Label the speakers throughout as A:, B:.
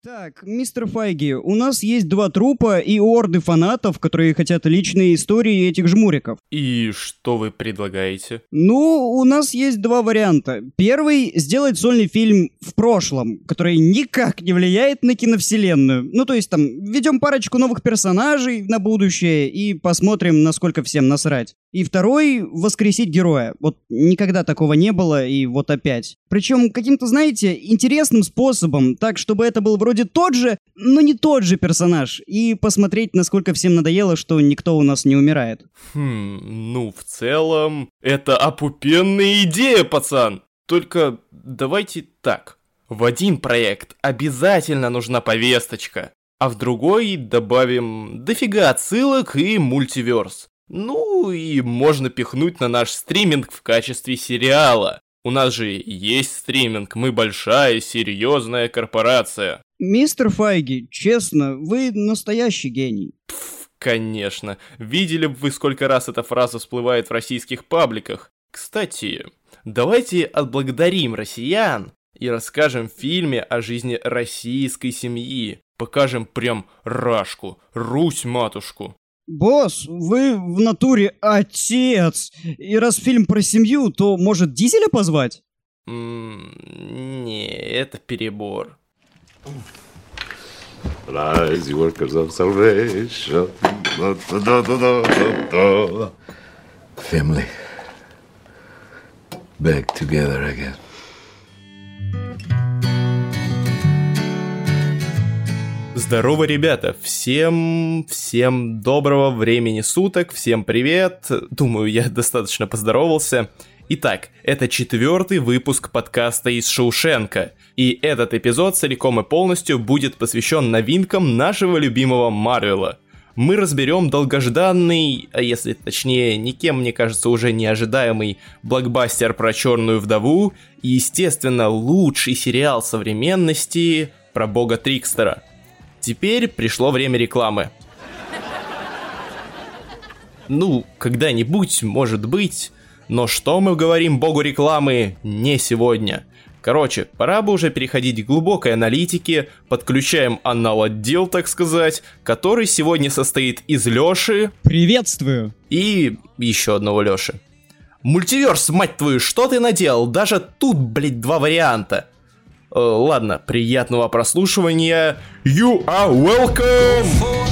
A: Так, мистер Файги, у нас есть 2 трупа и орды фанатов, которые хотят личные истории этих жмуриков.
B: И что вы предлагаете?
A: Ну, у нас есть 2 варианта. Первый — сделать сольный фильм в прошлом, который никак не влияет на киновселенную. Ну, то есть там, введем парочку новых персонажей на будущее и посмотрим, насколько всем насрать. И второй — воскресить героя. Вот никогда такого не было, и вот опять. Причем каким-то, знаете, интересным способом, так, чтобы это был вроде тот же, но не тот же персонаж. И посмотреть, насколько всем надоело, что никто у нас не умирает.
B: Ну, в целом, это опупенная идея, пацан. Только давайте так. В один проект обязательно нужна повесточка, а в другой добавим дофига отсылок и мультиверс. Ну и можно пихнуть на наш стриминг в качестве сериала. У нас же есть стриминг, мы большая, серьезная корпорация.
A: Мистер Файги, честно, вы настоящий гений.
B: Конечно. Видели бы вы, сколько раз эта фраза всплывает в российских пабликах. Кстати, давайте отблагодарим россиян и расскажем в фильме о жизни российской семьи. Покажем прям Рашку, Русь-матушку.
A: Босс, вы в натуре отец. И раз фильм про семью, то может Дизеля позвать?
B: Не, это перебор.
C: Rise, you workers of salvation. Family. Back together again.
B: Здорово, ребята! Всем доброго времени суток, всем привет! Думаю, я достаточно поздоровался. Итак, это 4-й выпуск подкаста из Шоушенка, и этот эпизод целиком и полностью будет посвящен новинкам нашего любимого Марвела. Мы разберем долгожданный, а если точнее, никем, мне кажется, уже неожидаемый блокбастер про Черную Вдову и, естественно, лучший сериал современности про бога Трикстера. Теперь пришло время рекламы. Ну, когда-нибудь, может быть, но что мы говорим богу рекламы не сегодня. Короче, пора бы уже переходить к глубокой аналитике, подключаем анал-отдел, так сказать, который сегодня состоит из Лёши...
A: Приветствую!
B: И еще одного Лёши. Мультиверс, мать твою, что ты наделал? Даже тут, блять, 2 варианта. Ладно, приятного прослушивания. You are welcome!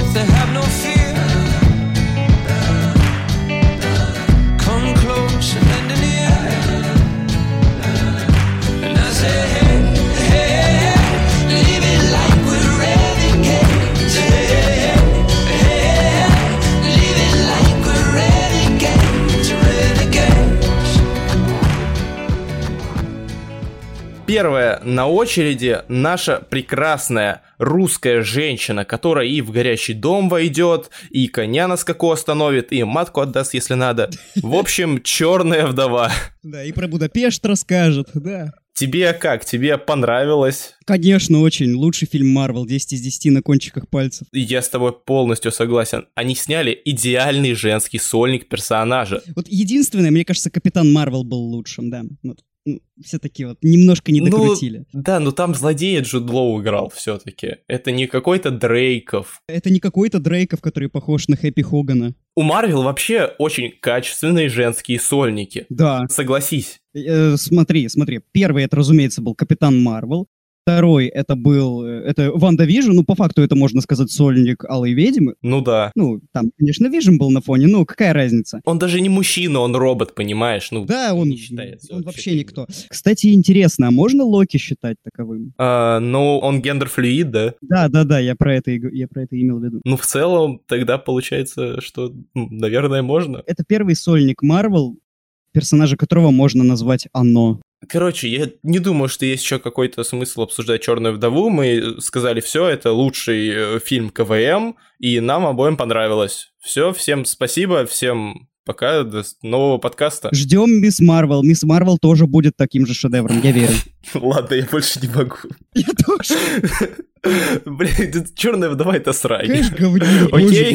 B: Первая на очереди наша прекрасная русская женщина, которая и в горящий дом войдет, и коня на скаку остановит, и матку отдаст, если надо. В общем, Черная Вдова.
A: Да, и про Будапешт расскажет, да.
B: Тебе как? Тебе понравилось?
A: Конечно, очень. Лучший фильм Марвел, 10 из 10 на кончиках пальцев.
B: Я с тобой полностью согласен. Они сняли идеальный женский сольник персонажа.
A: Вот единственное, мне кажется, Капитан Марвел был лучшим, да. Вот. Все-таки вот немножко не докрутили.
B: Да, но там злодея Джуд Лоу играл все-таки. Это не какой-то Дрейков.
A: Это не какой-то Дрейков, который похож на Хэппи Хогана.
B: У Марвел вообще очень качественные женские сольники.
A: Да.
B: Согласись.
A: Смотри. Первый, это, разумеется, был Капитан Марвел. Второй, это Ванда Вижн, ну, по факту это, можно сказать, сольник Алой Ведьмы.
B: Ну да.
A: Ну, там, конечно, Вижн был на фоне, ну, какая разница?
B: Он даже не мужчина, он робот, понимаешь? Ну,
A: да, он
B: не считается.
A: Он вообще никто. Кстати, интересно, а можно Локи считать таковым?
B: Ну, он гендер-флюид, да?
A: Да, я про это имел в виду.
B: Ну, в целом, тогда получается, что, наверное, можно.
A: Это первый сольник Марвел, персонажа которого можно назвать Оно.
B: Короче, я не думаю, что есть еще какой-то смысл обсуждать «Черную вдову». Мы сказали, все, это лучший фильм КВМ, и нам обоим понравилось. Все, всем спасибо, всем пока, до нового подкаста.
A: Ждем Мисс Марвел. Мисс Марвел тоже будет таким же шедевром, я верю.
B: Ладно, я больше не могу.
A: Я тоже.
B: Блин, «Черная вдова» — это срань.
A: Конечно, говнюк, боже мой.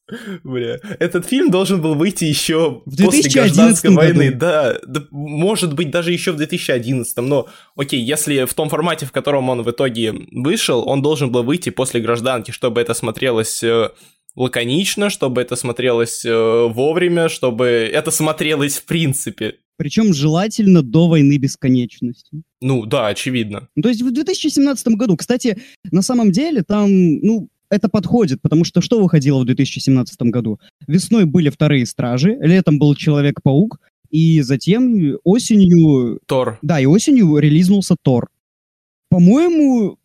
B: Бля, этот фильм должен был выйти еще
A: В
B: после
A: 2011
B: гражданской войны,
A: году.
B: да, может быть, даже еще в 2011, но окей, если в том формате, в котором он в итоге вышел, он должен был выйти после гражданки, чтобы это смотрелось лаконично, чтобы это смотрелось вовремя, чтобы это смотрелось в принципе.
A: Причем желательно до войны бесконечности.
B: Ну да, очевидно.
A: То есть в 2017 году, кстати, на самом деле там, это подходит, потому что выходило в 2017 году? Весной были «Вторые стражи», летом был «Человек-паук», и затем осенью...
B: Тор.
A: Да, и осенью релизнулся «Тор». По-моему,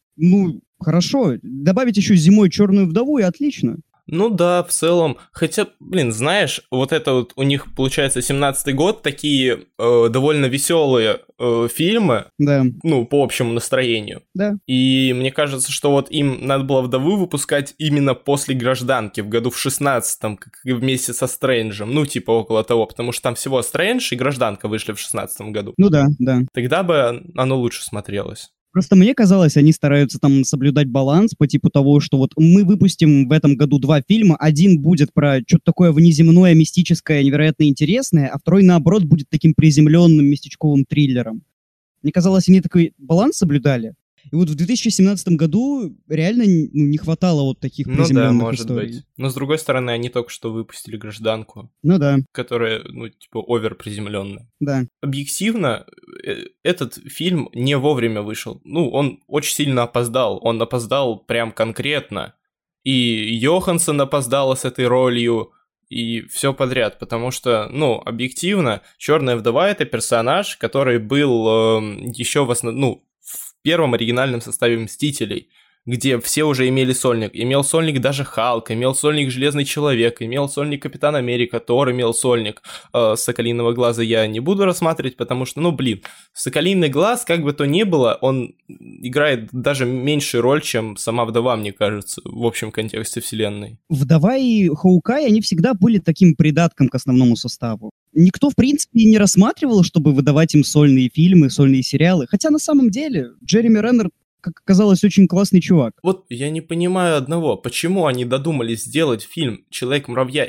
A: хорошо. Добавить еще зимой «Черную вдову» и отлично.
B: Ну да, в целом, хотя, знаешь, вот это вот у них, получается, 17-й год, такие довольно веселые фильмы,
A: Да.
B: По общему настроению.
A: Да.
B: И мне кажется, что вот им надо было «Вдовы» выпускать именно после «Гражданки», в году в 16-м, как вместе со «Стрэнджем», около того, потому что там всего «Стрэндж» и «Гражданка» вышли в 16-м году.
A: Ну да.
B: Тогда бы оно лучше смотрелось.
A: Просто мне казалось, они стараются там соблюдать баланс по типу того, что вот мы выпустим в этом году 2 фильма, один будет про что-то такое внеземное, мистическое, невероятно интересное, а второй, наоборот, будет таким приземленным местечковым триллером. Мне казалось, они такой баланс соблюдали. И вот в 2017 году реально не хватало вот таких приземленных
B: да, может
A: историй.
B: быть. Но с другой стороны, они только что выпустили «Гражданку».
A: Ну да.
B: Которая, овер-приземленная.
A: Да.
B: Объективно, этот фильм не вовремя вышел. Он очень сильно опоздал. Он опоздал прям конкретно. И Йоханссон опоздала с этой ролью, и все подряд. Потому что, объективно, «Черная вдова» — это персонаж, который был еще в основном, в первом оригинальном составе «Мстителей», где все уже имели сольник. Имел сольник даже Халк, имел сольник Железный Человек, имел сольник Капитан Америка, Тор имел сольник. Соколиного глаза я не буду рассматривать, потому что, Соколиный глаз, как бы то ни было, он играет даже меньшую роль, чем сама вдова, мне кажется, в общем контексте вселенной.
A: Вдова и Хоукай, они всегда были таким придатком к основному составу. Никто, в принципе, не рассматривал, чтобы выдавать им сольные фильмы, сольные сериалы. Хотя на самом деле Джереми Реннер, как оказалось, очень классный чувак.
B: Вот я не понимаю одного, почему они додумались сделать фильм «Человек-муравей»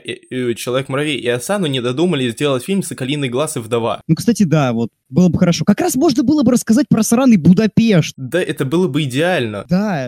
B: и Асану не додумались сделать фильм «Соколиный глаз» и «Вдова».
A: Кстати, да, вот, было бы хорошо. Как раз можно было бы рассказать про сраный Будапешт.
B: Да, это было бы идеально.
A: Да,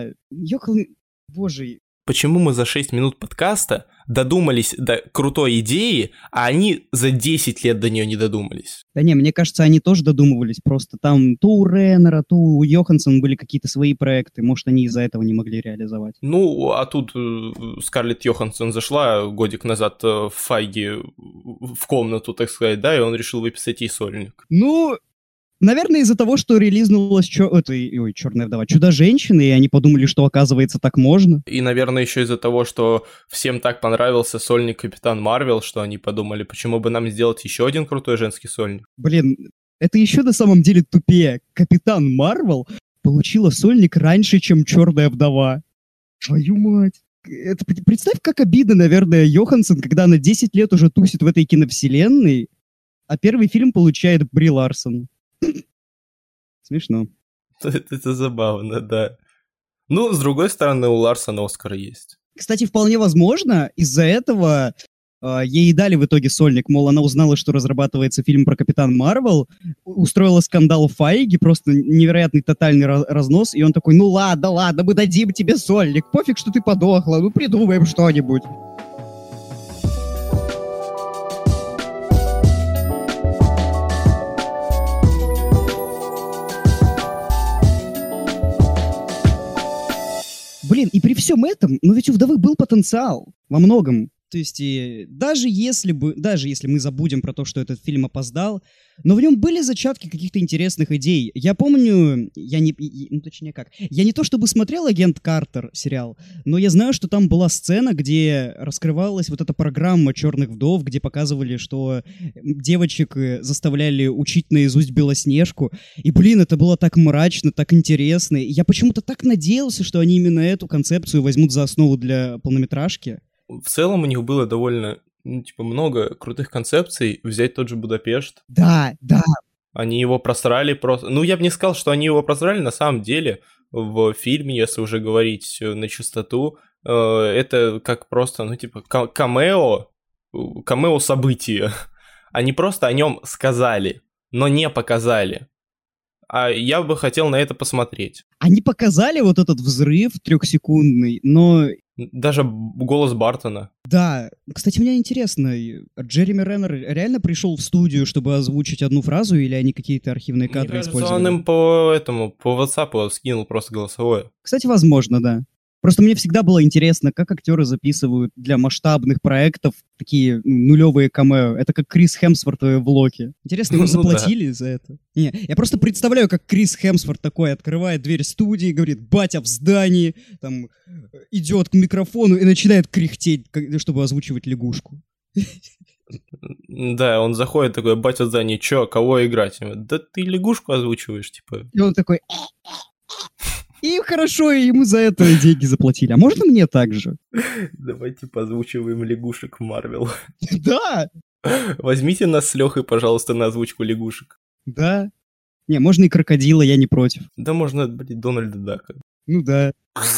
A: боже.
B: Почему мы за 6 минут подкаста додумались до крутой идеи, а они за 10 лет до нее не додумались?
A: Да не, мне кажется, они тоже додумывались. Просто там то у Реннера, то у Йоханссона были какие-то свои проекты. Может, они из-за этого не могли реализовать.
B: А тут Скарлетт Йоханссон зашла годик назад в Файги в комнату, так сказать, да, и он решил выписать ей сольник.
A: Наверное, из-за того, что релизнулась «Черная вдова», «Чудо-женщина», и они подумали, что, оказывается, так можно.
B: И, наверное, еще из-за того, что всем так понравился сольник Капитан Марвел, что они подумали, почему бы нам сделать еще один крутой женский сольник.
A: Блин, это еще на самом деле тупее. Капитан Марвел получила сольник раньше, чем «Черная вдова». Твою мать. Представь, как обидно, наверное, Йоханссон, когда она 10 лет уже тусит в этой киновселенной, а первый фильм получает Бри Ларсон. Смешно.
B: Это забавно, да. С другой стороны, у Ларсона Оскар есть.
A: Кстати, вполне возможно, из-за этого ей и дали в итоге сольник. Мол, она узнала, что разрабатывается фильм про Капитан Марвел, устроила скандал в Файге, просто невероятный тотальный разнос, и он такой, ладно, мы дадим тебе сольник, пофиг, что ты подохла, придумаем что-нибудь. Блин, и при всем этом, ведь у «Вдовы» был потенциал во многом. То есть, даже если мы забудем про то, что этот фильм опоздал, но в нем были зачатки каких-то интересных идей. Я помню, я не то чтобы смотрел «Агент Картер» сериал, но я знаю, что там была сцена, где раскрывалась вот эта программа «Черных вдов», где показывали, что девочек заставляли учить наизусть Белоснежку. И, блин, это было так мрачно, так интересно. И я почему-то так надеялся, что они именно эту концепцию возьмут за основу для полнометражки.
B: В целом у них было довольно, много крутых концепций. Взять тот же Будапешт.
A: Да.
B: Они его просрали просто. Я бы не сказал, что они его просрали. На самом деле, в фильме, если уже говорить на чистоту, это как просто, ну, типа, камео события. Они просто о нем сказали, но не показали. А я бы хотел на это посмотреть.
A: Они показали вот этот взрыв 3-секундный, но...
B: Даже голос Бартона.
A: Да. Кстати, мне интересно, Джереми Реннер реально пришел в студию, чтобы озвучить одну фразу, или они какие-то архивные кадры
B: Мне кажется,
A: использовали?
B: он им по WhatsApp скинул просто голосовое.
A: Кстати, возможно, да. Просто мне всегда было интересно, как актеры записывают для масштабных проектов такие нулевые камео. Это как Крис Хемсворт в Локи. Интересно, ему
B: Ну да.
A: заплатили за это? Не, я просто представляю, как Крис Хемсворт такой открывает дверь студии, говорит: «Батя в здании», там идет к микрофону и начинает кряхтеть, чтобы озвучивать лягушку.
B: Да, он заходит такой: батя в здании, чё, кого играть? Он говорит: да ты лягушку озвучиваешь, типа.
A: И он такой... И хорошо, и ему за это деньги заплатили. А можно мне так же?
B: Давайте позвучиваем лягушек в Марвел.
A: Да,
B: Возьмите нас с Лёхой, пожалуйста, на озвучку лягушек.
A: да. Не, можно и крокодила, я не против.
B: Да можно, блин, Дональда Дака.
A: Ну да.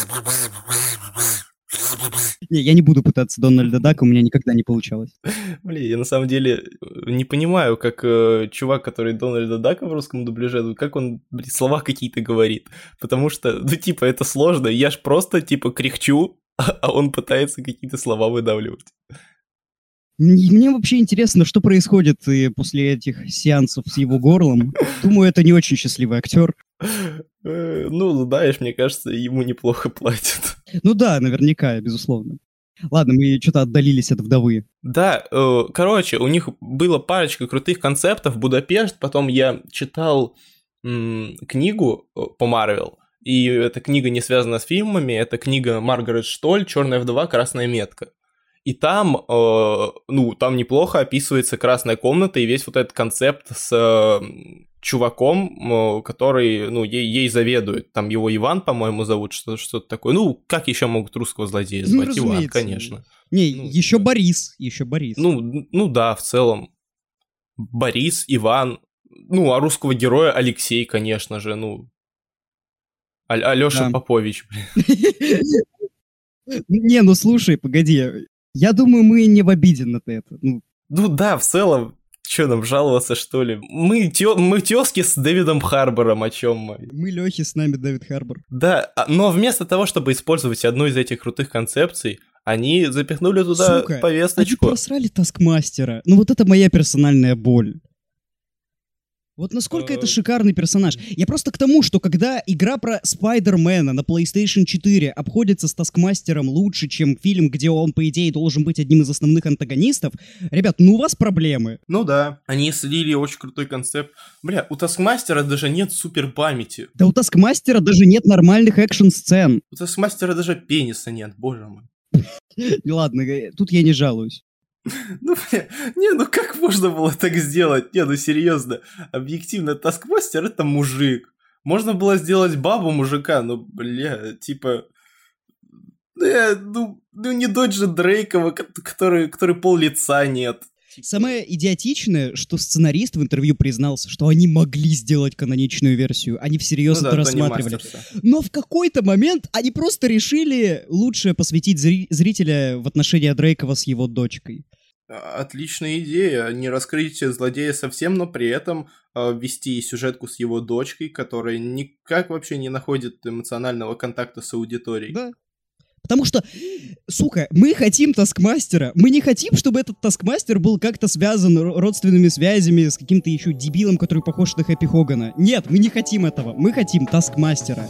A: Не, я не буду пытаться Дональда Дака, у меня никогда не получалось.
B: Блин, я на самом деле не понимаю, как чувак, который Дональда Дака в русском дубляже, ну, как он, блин, слова какие-то говорит. Потому что, ну, типа, это сложно. Я ж просто, типа, кряхчу, а он пытается какие-то слова выдавливать.
A: Мне вообще интересно, что происходит после этих сеансов с его горлом. Думаю, это не очень счастливый актер.
B: Ну, знаешь, мне кажется, ему неплохо платят.
A: Ну да, наверняка, безусловно. Ладно, мы что-то отдалились от вдовы.
B: Да, короче, у них было парочка крутых концептов. Будапешт, потом я читал книгу по Марвел, и эта книга не связана с фильмами, это книга Маргарет Штоль «Черная вдова. Красная метка». И там, ну, там неплохо описывается красная комната и весь вот этот концепт с чуваком, который, ну, ей заведует. Там его Иван, по-моему, зовут, что-то такое. Ну, как еще могут русского злодея звать?
A: Ну,
B: Иван, конечно.
A: Не,
B: Ну,
A: еще
B: да.
A: Борис, еще Борис.
B: Ну да, в целом. Борис, Иван. Ну, а русского героя Алексей, конечно же, ну. Алёша
A: Да.
B: Попович, блин.
A: Не, ну слушай, погоди. Я думаю, мы не в обиде на это. Ну,
B: Ну да, в целом, что нам жаловаться, что ли? Мы тёзки с Дэвидом Харбором, о чем мы?
A: мы Лёхи, с нами Дэвид Харбор.
B: Да, но вместо того, чтобы использовать одну из этих крутых концепций, они запихнули туда
A: Сука,
B: повесточку.
A: они просрали Таскмастера. Ну вот это моя персональная боль. Вот насколько это шикарный персонаж. Я просто к тому, что когда игра про Спайдермена на PlayStation 4 обходится с Таскмастером лучше, чем фильм, где он, по идее, должен быть одним из основных антагонистов, ребят, ну у вас проблемы.
B: Ну да, они слили очень крутой концепт. Бля, у Таскмастера даже нет супер памяти.
A: Да у Таскмастера даже нет нормальных экшн-сцен.
B: У Таскмастера даже пениса нет, боже мой.
A: Ладно, тут я не жалуюсь.
B: Ну, бля, не, ну как можно было так сделать? Не, ну серьезно, объективно, Таскмастер — это мужик. Можно было сделать бабу мужика, но, бля, типа... Ну не дочь же Дрейкова, который пол лица нет.
A: Самое идиотичное, что сценарист в интервью признался, что они могли сделать каноничную версию, они всерьез
B: Ну
A: это
B: да, Тони
A: рассматривали.
B: Мастерса.
A: Но в какой-то момент они просто решили лучше посвятить зрителя в отношения Дрейкова с его дочкой.
B: Отличная идея, не раскрыть злодея совсем, но при этом вести сюжетку с его дочкой, которая никак вообще не находит эмоционального контакта с аудиторией.
A: Да. Потому что, сука, мы хотим Таскмастера. Мы не хотим, чтобы этот Таскмастер был как-то связан родственными связями с каким-то еще дебилом, который похож на Хэппи Хогана. Нет, мы не хотим этого. Мы хотим Таскмастера.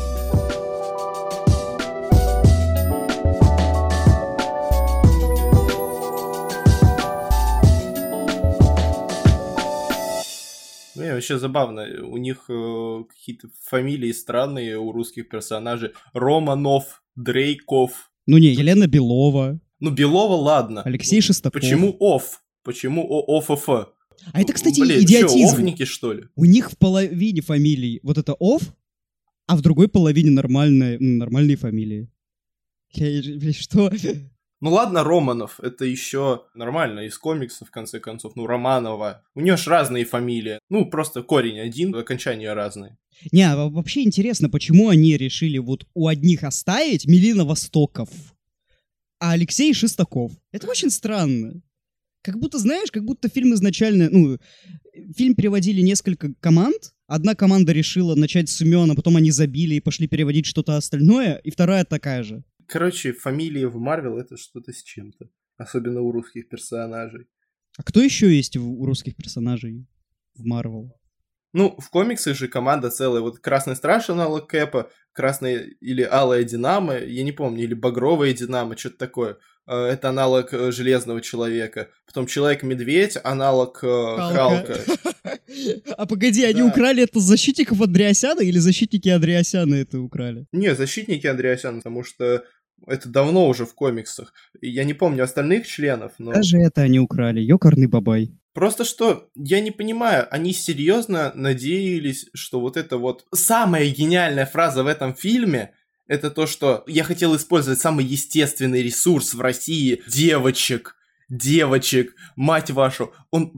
B: Ну, и вообще забавно, у них какие-то фамилии странные у русских персонажей. Романов, Дрейков.
A: Ну не, Елена Белова,
B: Ну, Белова, ладно.
A: Алексей Шестаков.
B: Почему Оф? Почему ОФФ?
A: А это, кстати,
B: Блин,
A: идиотизм.
B: Что, офники, что ли?
A: У них в половине фамилий вот это Оф, а в другой половине нормальные фамилии. Что?
B: Ну ладно, Романов, это еще нормально, из комиксов, в конце концов. Ну, Романова. У нее ж разные фамилии. Ну, просто корень один, окончания разные.
A: Не, вообще интересно, почему они решили вот у одних оставить Мелина Востоков, а Алексей Шестаков. Это очень странно. Как будто, знаешь, как будто фильм изначально... фильм переводили несколько команд. Одна команда решила начать с имен, а потом они забили и пошли переводить что-то остальное, и вторая такая же.
B: Короче, фамилии в Марвел — это что-то с чем-то. Особенно у русских персонажей.
A: А кто еще есть у русских персонажей в Марвел?
B: Ну, в комиксах же команда целая. Вот Красный Страж, аналог Кэпа, Красная или Алая Динамо, я не помню, или Багровая Динамо, что-то такое. Это аналог Железного Человека. Потом Человек-медведь, аналог Халка.
A: А погоди, они украли это с защитников Андреасяна или защитники Андреасяна это украли?
B: Не, защитники Андреасяна, потому что это давно уже в комиксах. Я не помню остальных членов, но...
A: Даже это они украли, ёкарный бабай.
B: Просто что, я не понимаю, они серьезно надеялись, что вот это вот... Самая гениальная фраза в этом фильме — это то, что я хотел использовать самый естественный ресурс в России — девочек, мать вашу.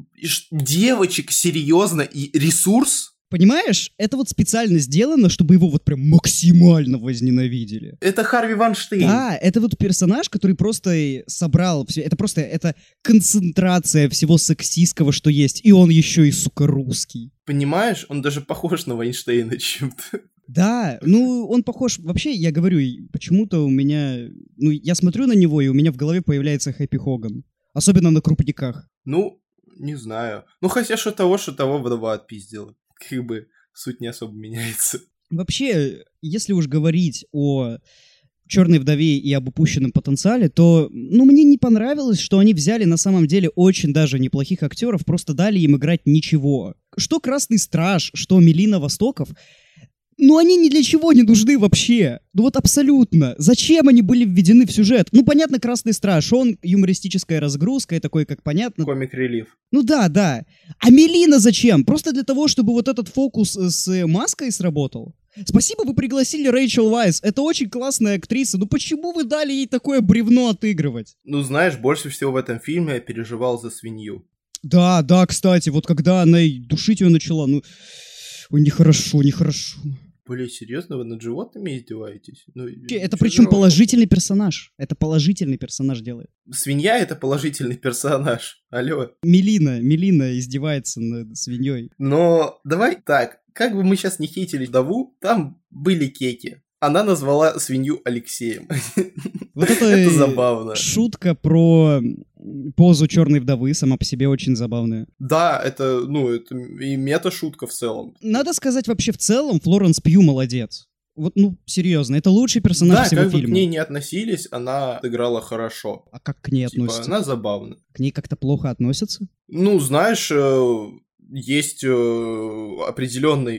B: Девочек, серьезно, и ресурс?
A: Понимаешь, это вот специально сделано, чтобы его вот прям максимально возненавидели.
B: Это Харви Вайнштейн.
A: Да, это вот персонаж, который просто собрал все. Это концентрация всего сексистского, что есть. И он еще и, сука, русский.
B: Понимаешь, он даже похож на Вайнштейна чем-то.
A: Да, он похож... Вообще, я говорю, почему-то у меня... я смотрю на него, и у меня в голове появляется Хэппи Хоган. Особенно на крупниках.
B: Не знаю. Хотя что того вдова отпиздила. Как бы суть не особо меняется.
A: Вообще, если уж говорить о «Черной вдове» и об упущенном потенциале, то, мне не понравилось, что они взяли на самом деле очень даже неплохих актеров, просто дали им играть ничего. Что «Красный Страж», что Мелина Востоков, они ни для чего не нужны вообще. Вот абсолютно. Зачем они были введены в сюжет? Понятно, «Красный Страж», он юмористическая разгрузка и такой, как понятно.
B: Комик-релив.
A: Да. А Мелина зачем? Просто для того, чтобы вот этот фокус с маской сработал? Спасибо, вы пригласили Рэйчел Вайс. Это очень классная актриса. Почему вы дали ей такое бревно отыгрывать?
B: Знаешь, больше всего в этом фильме я переживал за свинью.
A: Да, кстати, вот когда она душить ее начала, нехорошо.
B: Блин, серьезно, вы над животными издеваетесь?
A: Это причем положительный персонаж. Это положительный персонаж делает.
B: Свинья — это положительный персонаж. Алло.
A: Мелина издевается над свиньей.
B: Но давай так, как бы мы сейчас не хейтили вдову, там были кеки. Она назвала свинью Алексеем.
A: Вот это
B: забавно.
A: Шутка про позу черной вдовы сама по себе очень забавная.
B: Да, это и мета-шутка в целом.
A: Надо сказать, вообще в целом Флоренс Пью молодец. Вот, серьезно, это лучший персонаж всего фильма.
B: Да, как бы к ней не относились, она играла хорошо.
A: А как к ней относятся?
B: Она забавна.
A: К ней как-то плохо относятся?
B: Знаешь, есть определенный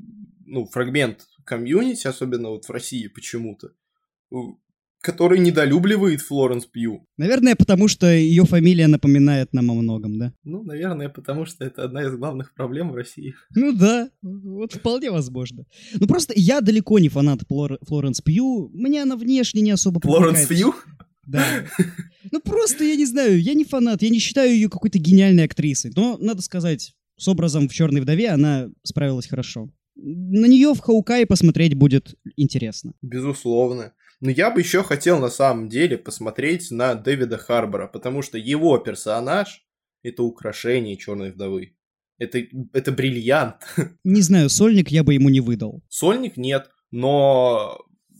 B: фрагмент комьюнити, особенно вот в России почему-то, который недолюбливает Флоренс Пью.
A: Наверное, потому что ее фамилия напоминает нам о многом, да?
B: Наверное, потому что это одна из главных проблем в России.
A: Да, вот вполне возможно. Просто я далеко не фанат Флоренс Пью, мне она внешне не особо привлекает.
B: Флоренс Пью?
A: Да. Просто, я не знаю, я не фанат, я не считаю ее какой-то гениальной актрисой, но, надо сказать, с образом в «Черной вдове» она справилась хорошо. На нее в «Хоукае» посмотреть будет интересно.
B: Безусловно. Но я бы еще хотел на самом деле посмотреть на Дэвида Харбора, потому что его персонаж — это украшение «Черной вдовы». Это бриллиант.
A: Не знаю, сольник я бы ему не выдал.
B: Сольник нет, но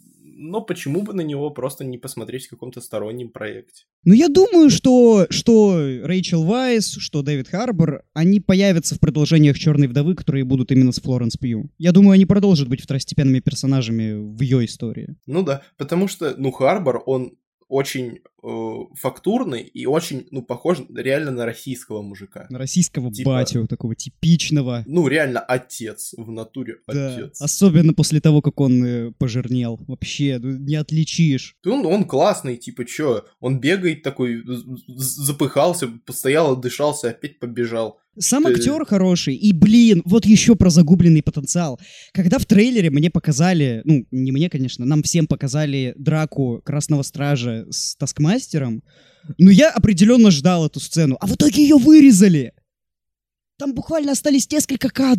B: почему бы на него просто не посмотреть в каком-то стороннем проекте?
A: Я думаю, что Рэйчел Вайс, что Дэвид Харбор, они появятся в продолжениях «Черной вдовы», которые будут именно с Флоренс Пью. Я думаю, они продолжат быть второстепенными персонажами в ее истории.
B: Да, потому что, Харбор, он очень фактурный и очень, похож реально на российского мужика.
A: На российского батю, такого типичного.
B: Реально отец, в натуре отец.
A: Да, особенно после того, как он пожирнел. Вообще, не отличишь.
B: Он классный, чё? Он бегает такой, запыхался, постоял, отдышался, опять побежал.
A: Сам актер хороший, и, вот еще про загубленный потенциал. Когда в трейлере мне показали, не мне, конечно, нам всем показали драку Красного Стража с Таскмастером, я определенно ждал эту сцену, а в итоге ее вырезали. Там буквально остались несколько кадров.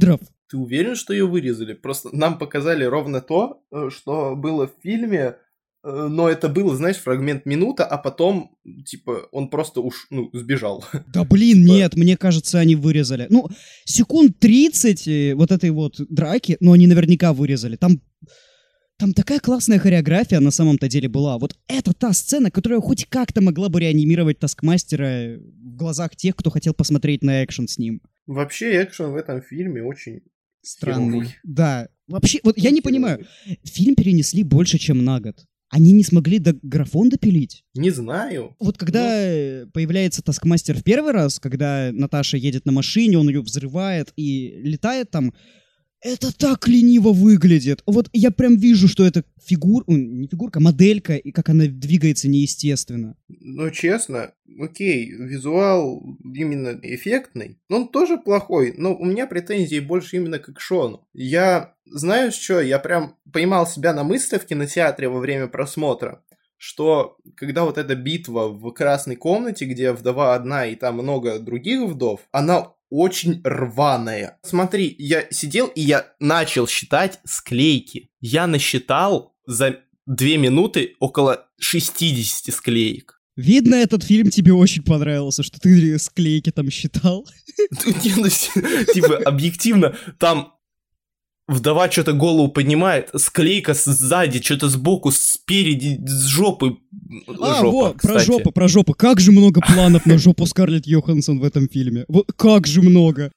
B: Ты уверен, что ее вырезали? Просто нам показали ровно то, что было в фильме, но это было, знаешь, фрагмент минута, а потом, типа, он просто сбежал.
A: Да блин,
B: Типа-
A: нет, мне кажется, они вырезали. Ну, секунд 30 вот этой вот драки, но они наверняка вырезали. Там такая классная хореография на самом-то деле была. Вот это та сцена, которая хоть как-то могла бы реанимировать Таскмастера в глазах тех, кто хотел посмотреть на экшен с ним.
B: Вообще, экшен в этом фильме очень
A: Странный.
B: херовый.
A: Да. Вообще, вот я не понимаю,
B: Херовый.
A: фильм перенесли больше, чем на год. Они не смогли графон допилить.
B: Не знаю.
A: Вот когда появляется Таскмастер в первый раз, когда Наташа едет на машине, он ее взрывает и летает там, это так лениво выглядит. Вот я прям вижу, что это не фигурка, а моделька, и как она двигается неестественно.
B: Ну, честно, окей, визуал именно эффектный, но он тоже плохой, но у меня претензии больше именно к экшону. Знаешь что, я прям поймал себя на мысли в кинотеатре во время просмотра, что когда вот эта битва в красной комнате, где вдова одна и там много других вдов, она очень рваная. Смотри, я сидел и я начал считать склейки. Я насчитал за 2 минуты около 60 склеек.
A: Видно, этот фильм тебе очень понравился, что ты склейки там считал.
B: Типа, объективно, там вдова что-то голову поднимает, склейка сзади, что-то сбоку, спереди, с жопы.
A: Вот, про жопу. Как же много планов на жопу Скарлетт Йоханссон в этом фильме. Вот как же много.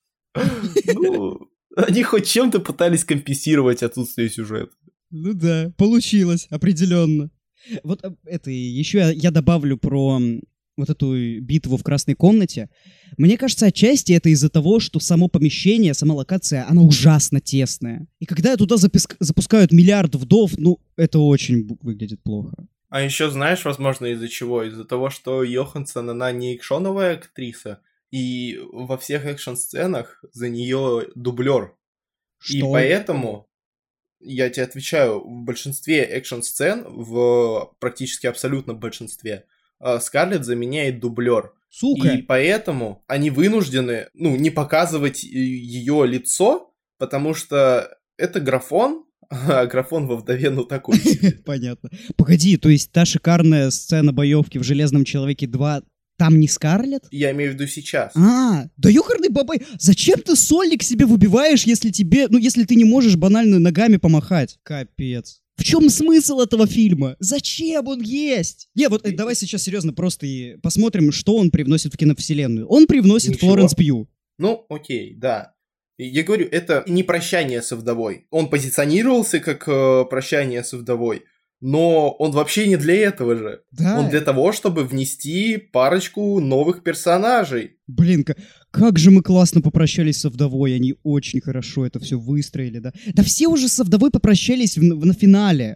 B: Ну, они хоть чем-то пытались компенсировать отсутствие сюжета.
A: Ну да, получилось, определенно. Вот это еще я добавлю про вот эту битву в красной комнате. Мне кажется, отчасти это из-за того, что само помещение, сама локация, она ужасно тесная. И когда туда запускают миллиард вдов, ну, это очень выглядит плохо.
B: А еще знаешь, возможно, из-за чего? Из-за того, что Йоханссон, она не экшоновая актриса, и во всех экшн-сценах за нее дублер.
A: Что?
B: И поэтому, я тебе отвечаю, в большинстве экшн-сцен, в практически абсолютном большинстве, Скарлетт заменяет дублер.
A: Сука!
B: И поэтому они вынуждены, не показывать ее лицо, потому что это графон, а графон во вдове, такой.
A: Понятно. Погоди, то есть та шикарная сцена боевки в «Железном человеке 2», там не Скарлетт?
B: Я имею в виду сейчас.
A: Да ёкарный бабай, зачем ты сольник себе выбиваешь, если ты не можешь банально ногами помахать? Капец. В чем смысл этого фильма? Зачем он есть? Давай сейчас серьезно просто и посмотрим, что он привносит в киновселенную. Он привносит
B: Ничего.
A: Флоренс Пью.
B: Ну, окей, да. Я говорю, это не прощание со вдовой. Он позиционировался как прощание со вдовой, но он вообще не для этого же.
A: Да.
B: Он для того, чтобы внести парочку новых персонажей.
A: Блин, как же мы классно попрощались со вдовой, они очень хорошо это все выстроили, да? Да все уже со вдовой попрощались на финале.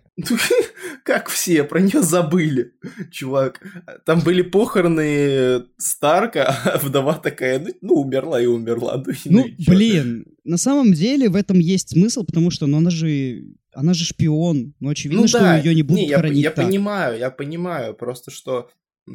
B: Как все, про нее забыли, чувак. Там были похороны Старка, а вдова такая, умерла и умерла.
A: Блин, на самом деле в этом есть смысл, потому что она же шпион. Очевидно, что ее не будут хоронить так.
B: Я понимаю, просто что,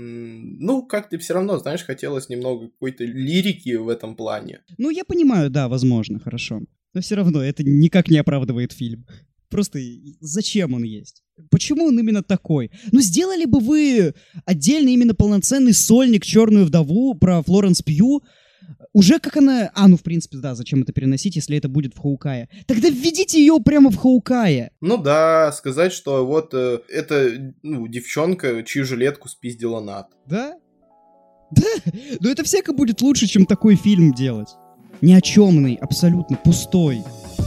B: как-то все равно, знаешь, хотелось немного какой-то лирики в этом плане.
A: Я понимаю, да, возможно, хорошо. Но все равно это никак не оправдывает фильм. Просто зачем он есть? Почему он именно такой? Сделали бы вы отдельный именно полноценный сольник «Черную вдову» про Флоренс Пью, уже как она... в принципе, да, зачем это переносить, если это будет в Хоукае? Тогда введите ее прямо в Хоукае.
B: Сказать, что вот это, девчонка, чью жилетку спиздила Нат.
A: Да? Да, но это всяко будет лучше, чем такой фильм делать. Ни о чемный, абсолютно пустой.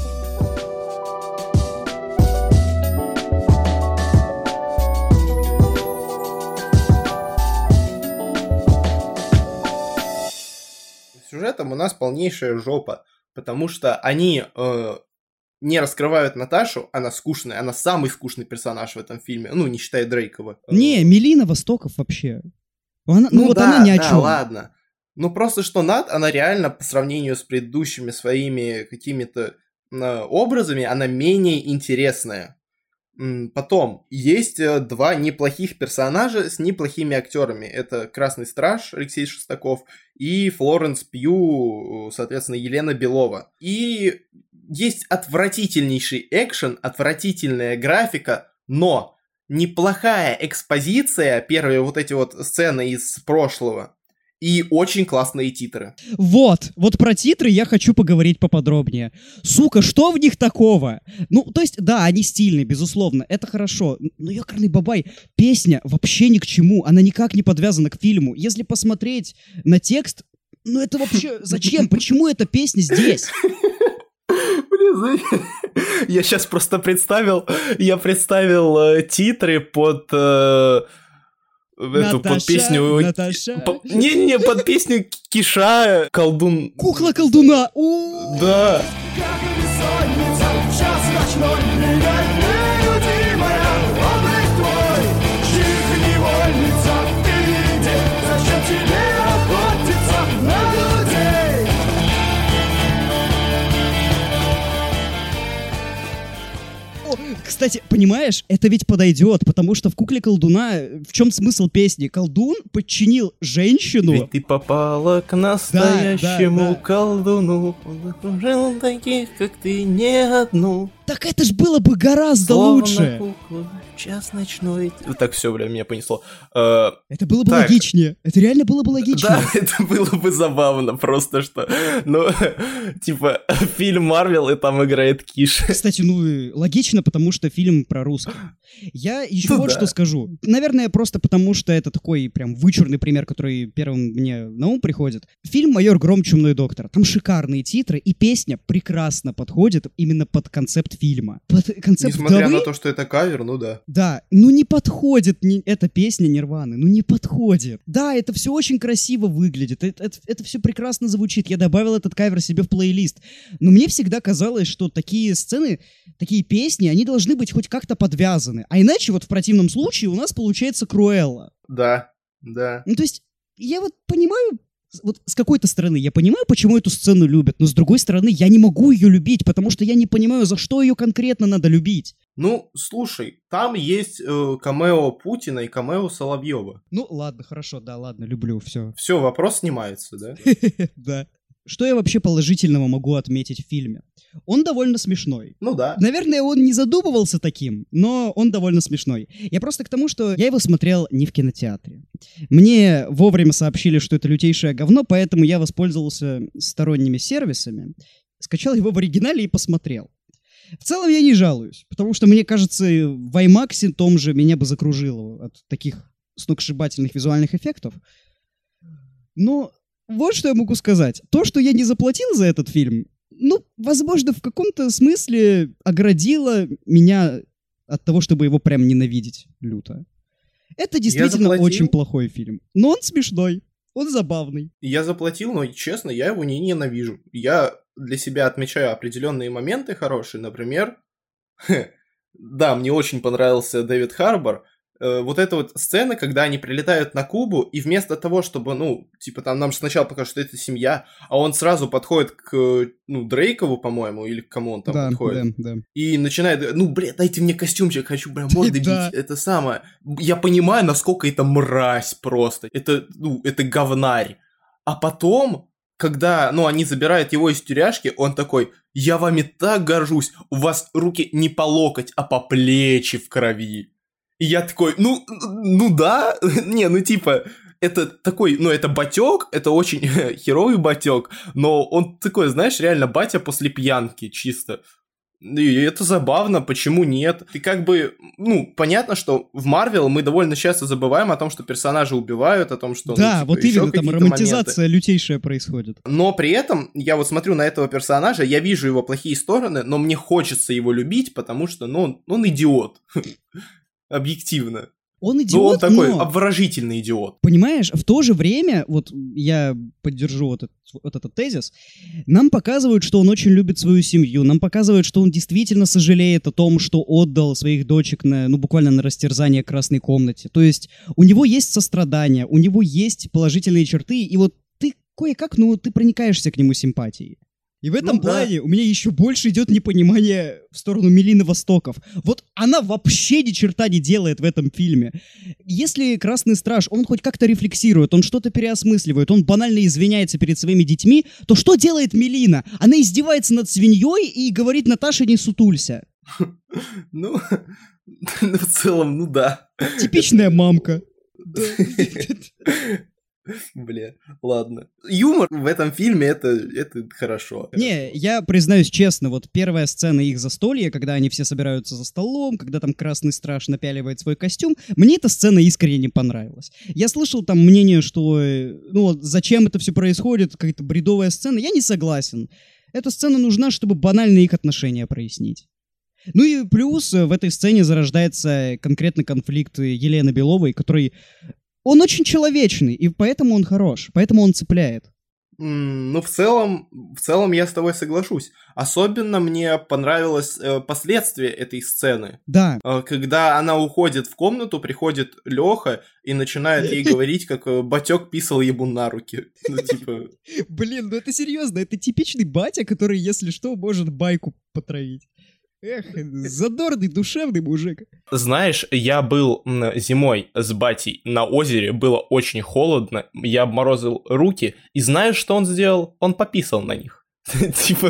B: Сюжетом у нас полнейшая жопа, потому что они не раскрывают Наташу, она скучная, она самый скучный персонаж в этом фильме, не считая Дрейкова.
A: Не, Мелина Востоков вообще. Она ни о чем.
B: Ладно. Просто что Нат, она реально по сравнению с предыдущими своими какими-то образами, она менее интересная. Потом, есть 2 неплохих персонажа с неплохими актерами. Это Красный Страж Алексей Шестаков и Флоренс Пью, соответственно, Елена Белова. И есть отвратительнейший экшен, отвратительная графика, но неплохая экспозиция, первые вот эти вот сцены из прошлого, и очень классные титры.
A: Вот про титры я хочу поговорить поподробнее. Сука, что в них такого? Ну, то есть, да, они стильные, безусловно, это хорошо. Но, ёкарный бабай, песня вообще ни к чему, она никак не подвязана к фильму. Если посмотреть на текст, ну это вообще зачем? Почему эта песня здесь?
B: Блин, я сейчас просто представил титры под...
A: Наташа,
B: под песню...
A: Наташа.
B: Не-не-не, под песню Киша, колдун...
A: Кукла колдуна!
B: Да.
A: Кстати, понимаешь, это ведь подойдет, потому что в «Кукле колдуна» в чем смысл песни? Колдун подчинил женщину.
B: Ведь ты попала к настоящему колдуну, он окружил таких, как ты, не одну.
A: Так это ж было бы гораздо лучше.
B: Кукла, час ночной. Так, все, бля, меня понесло.
A: Это было бы логичнее. Это реально было бы логично.
B: Да, это было бы забавно, просто что. Ну, типа, фильм Марвел, и там играет Киш.
A: Кстати, логично, потому что фильм про русских. Я еще что скажу. Наверное, просто потому что это такой прям вычурный пример, который первым мне на ум приходит. Фильм «Майор Гром. Чумной доктор». Там шикарные титры, и песня прекрасно подходит именно под концепт фильма. Под концепт
B: Несмотря на то, что это кавер, ну да.
A: Да, не подходит эта песня Нирваны, не подходит. Да, это все очень красиво выглядит, это все прекрасно звучит, я добавил этот кавер себе в плейлист. Но мне всегда казалось, что такие сцены, такие песни, они должны быть хоть как-то подвязаны. А иначе вот в противном случае у нас получается Круэлла.
B: Да, да.
A: Ну то есть я вот понимаю, вот с какой-то стороны я понимаю, почему эту сцену любят, но с другой стороны я не могу ее любить, потому что я не понимаю, за что ее конкретно надо любить.
B: Ну, слушай, там есть камео Путина и камео Соловьева.
A: Ну, ладно, хорошо, да, ладно, люблю, все.
B: Все, вопрос снимается, да?
A: Да. Что я вообще положительного могу отметить в фильме? Он довольно смешной.
B: Ну да.
A: Наверное, он не задумывался таким, но он довольно смешной. Я просто к тому, что я его смотрел не в кинотеатре. Мне вовремя сообщили, что это лютейшее говно, поэтому я воспользовался сторонними сервисами, скачал его в оригинале и посмотрел. В целом я не жалуюсь, потому что, мне кажется, в IMAX том же меня бы закружило от таких сногсшибательных визуальных эффектов. Но вот что я могу сказать. То, что я не заплатил за этот фильм, возможно, в каком-то смысле оградило меня от того, чтобы его прям ненавидеть люто. Это действительно очень плохой фильм. Но он смешной, он забавный.
B: Я заплатил, но, честно, я его не ненавижу. Я для себя отмечаю определенные моменты хорошие. Например, да, мне очень понравился Дэвид Харбор. Вот эта вот сцена, когда они прилетают на Кубу, и вместо того, чтобы, там нам сначала покажут, что это семья, а он сразу подходит к, Дрейкову, по-моему, или к кому он там подходит.
A: Да.
B: И начинает, дайте мне костюмчик, хочу прям морды бить, это самое. Я понимаю, насколько это мразь просто, это говнарь. А потом, когда, они забирают его из тюряшки, он такой: я вами так горжусь, у вас руки не по локоть, а по плечи в крови. И я такой, да, это такой, это батёк, это очень херовый батёк, но он такой, знаешь, реально батя после пьянки чисто. И это забавно, почему нет? И понятно, что в Марвел мы довольно часто забываем о том, что персонажи убивают, о том, что...
A: Да, вот именно, там романтизация лютейшая происходит.
B: Но при этом, я вот смотрю на этого персонажа, я вижу его плохие стороны, но мне хочется его любить, потому что, он идиот. Объективно.
A: Он идиот,
B: он такой обворожительный идиот.
A: Понимаешь, в то же время, вот я поддержу вот этот тезис, нам показывают, что он очень любит свою семью, нам показывают, что он действительно сожалеет о том, что отдал своих дочек буквально на растерзание красной комнате. То есть у него есть сострадание, у него есть положительные черты, и вот ты кое-как, ты проникаешься к нему симпатией. И в этом
B: Ну да.
A: плане у меня еще больше идет непонимание в сторону Мелины Востоков. Вот она вообще ни черта не делает в этом фильме. Если Красный Страж, он хоть как-то рефлексирует, он что-то переосмысливает, он банально извиняется перед своими детьми, то что делает Мелина? Она издевается над свиньей и говорит: Наташа, не сутулься.
B: Ну, в целом, ну да.
A: Типичная мамка.
B: Бля, ладно. Юмор в этом фильме это хорошо.
A: Не, я признаюсь честно, вот первая сцена их застолья, когда они все собираются за столом, когда там Красный Страж напяливает свой костюм, мне эта сцена искренне не понравилась. Я слышал там мнение, что, ну вот, зачем это все происходит, какая-то бредовая сцена, я не согласен. Эта сцена нужна, чтобы банально их отношения прояснить. Ну и плюс в этой сцене зарождается конкретно конфликт Елены Беловой, который... Он очень человечный, и поэтому он хорош, поэтому он цепляет.
B: Ну, в целом я с тобой соглашусь. Особенно мне понравилось последствие этой сцены.
A: Да.
B: Когда она уходит в комнату, приходит Леха и начинает ей говорить, как батек писал ему на руки. Ну, типа...
A: Блин, ну это серьезно, это типичный батя, который, если что, может байку потравить. Эх, задорный, душевный мужик.
B: Знаешь, я был зимой с батей на озере, было очень холодно, я обморозил руки, и знаешь, что он сделал? Он пописал на них. Типа,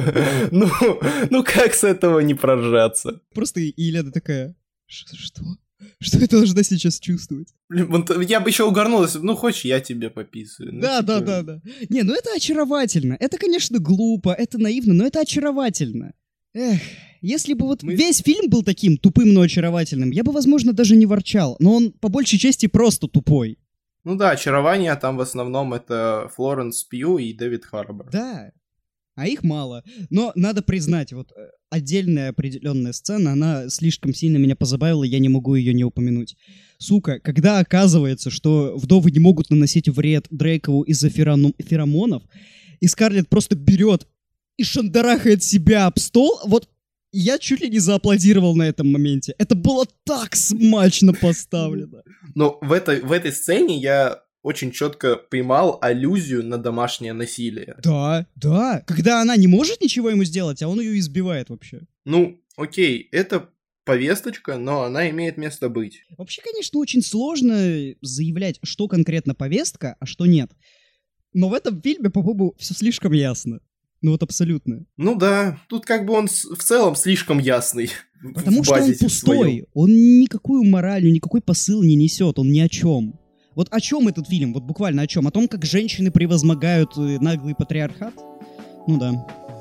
B: ну как с этого не проржаться?
A: Просто Елена такая: что? Что я должна сейчас чувствовать?
B: Я бы еще угорнул, если ну хочешь, я тебе пописываю.
A: Да. Не, ну это очаровательно. Это, конечно, глупо, это наивно, но это очаровательно. Эх, если бы вот весь фильм был таким тупым, но очаровательным, я бы, возможно, даже не ворчал. Но он по большей части просто тупой.
B: Ну да, очарование там в основном это Флоренс Пью и Дэвид Харбор.
A: Да, а их мало. Но надо признать, вот отдельная определенная сцена, она слишком сильно меня позабавила, я не могу ее не упомянуть. Сука, когда оказывается, что вдовы не могут наносить вред Дрейкову из-за феромонов, и Скарлетт просто берет и шандарахает себя об стол, вот я чуть ли не зааплодировал на этом моменте. Это было так смачно поставлено.
B: Но в этой сцене я очень четко поймал аллюзию на домашнее насилие.
A: Да. Когда она не может ничего ему сделать, а он ее избивает вообще.
B: Ну, окей, это повесточка, но она имеет место быть.
A: Вообще, конечно, очень сложно заявлять, что конкретно повестка, а что нет. Но в этом фильме, по-моему, все слишком ясно. Ну вот абсолютно.
B: Ну да, тут как бы он в целом слишком ясный.
A: Потому что он пустой, он никакую мораль, никакой посыл не несет, он ни о чем. Вот о чем этот фильм? Вот буквально о чем? О том, как женщины превозмогают наглый патриархат? Ну да.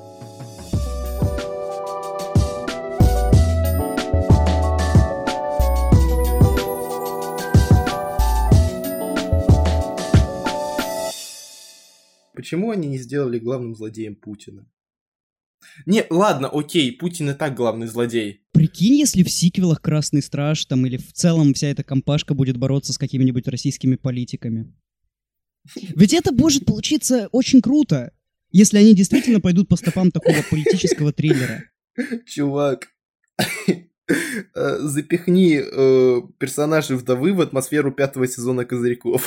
B: Почему они не сделали главным злодеем Путина? Не, ладно, окей, Путин и так главный злодей.
A: Прикинь, если в сиквелах «Красный Страж» там или в целом вся эта компашка будет бороться с какими-нибудь российскими политиками. Ведь это может получиться очень круто, если они действительно пойдут по стопам такого политического триллера.
B: Чувак, запихни персонажей вдовы в атмосферу 5-го сезона «Козырьков».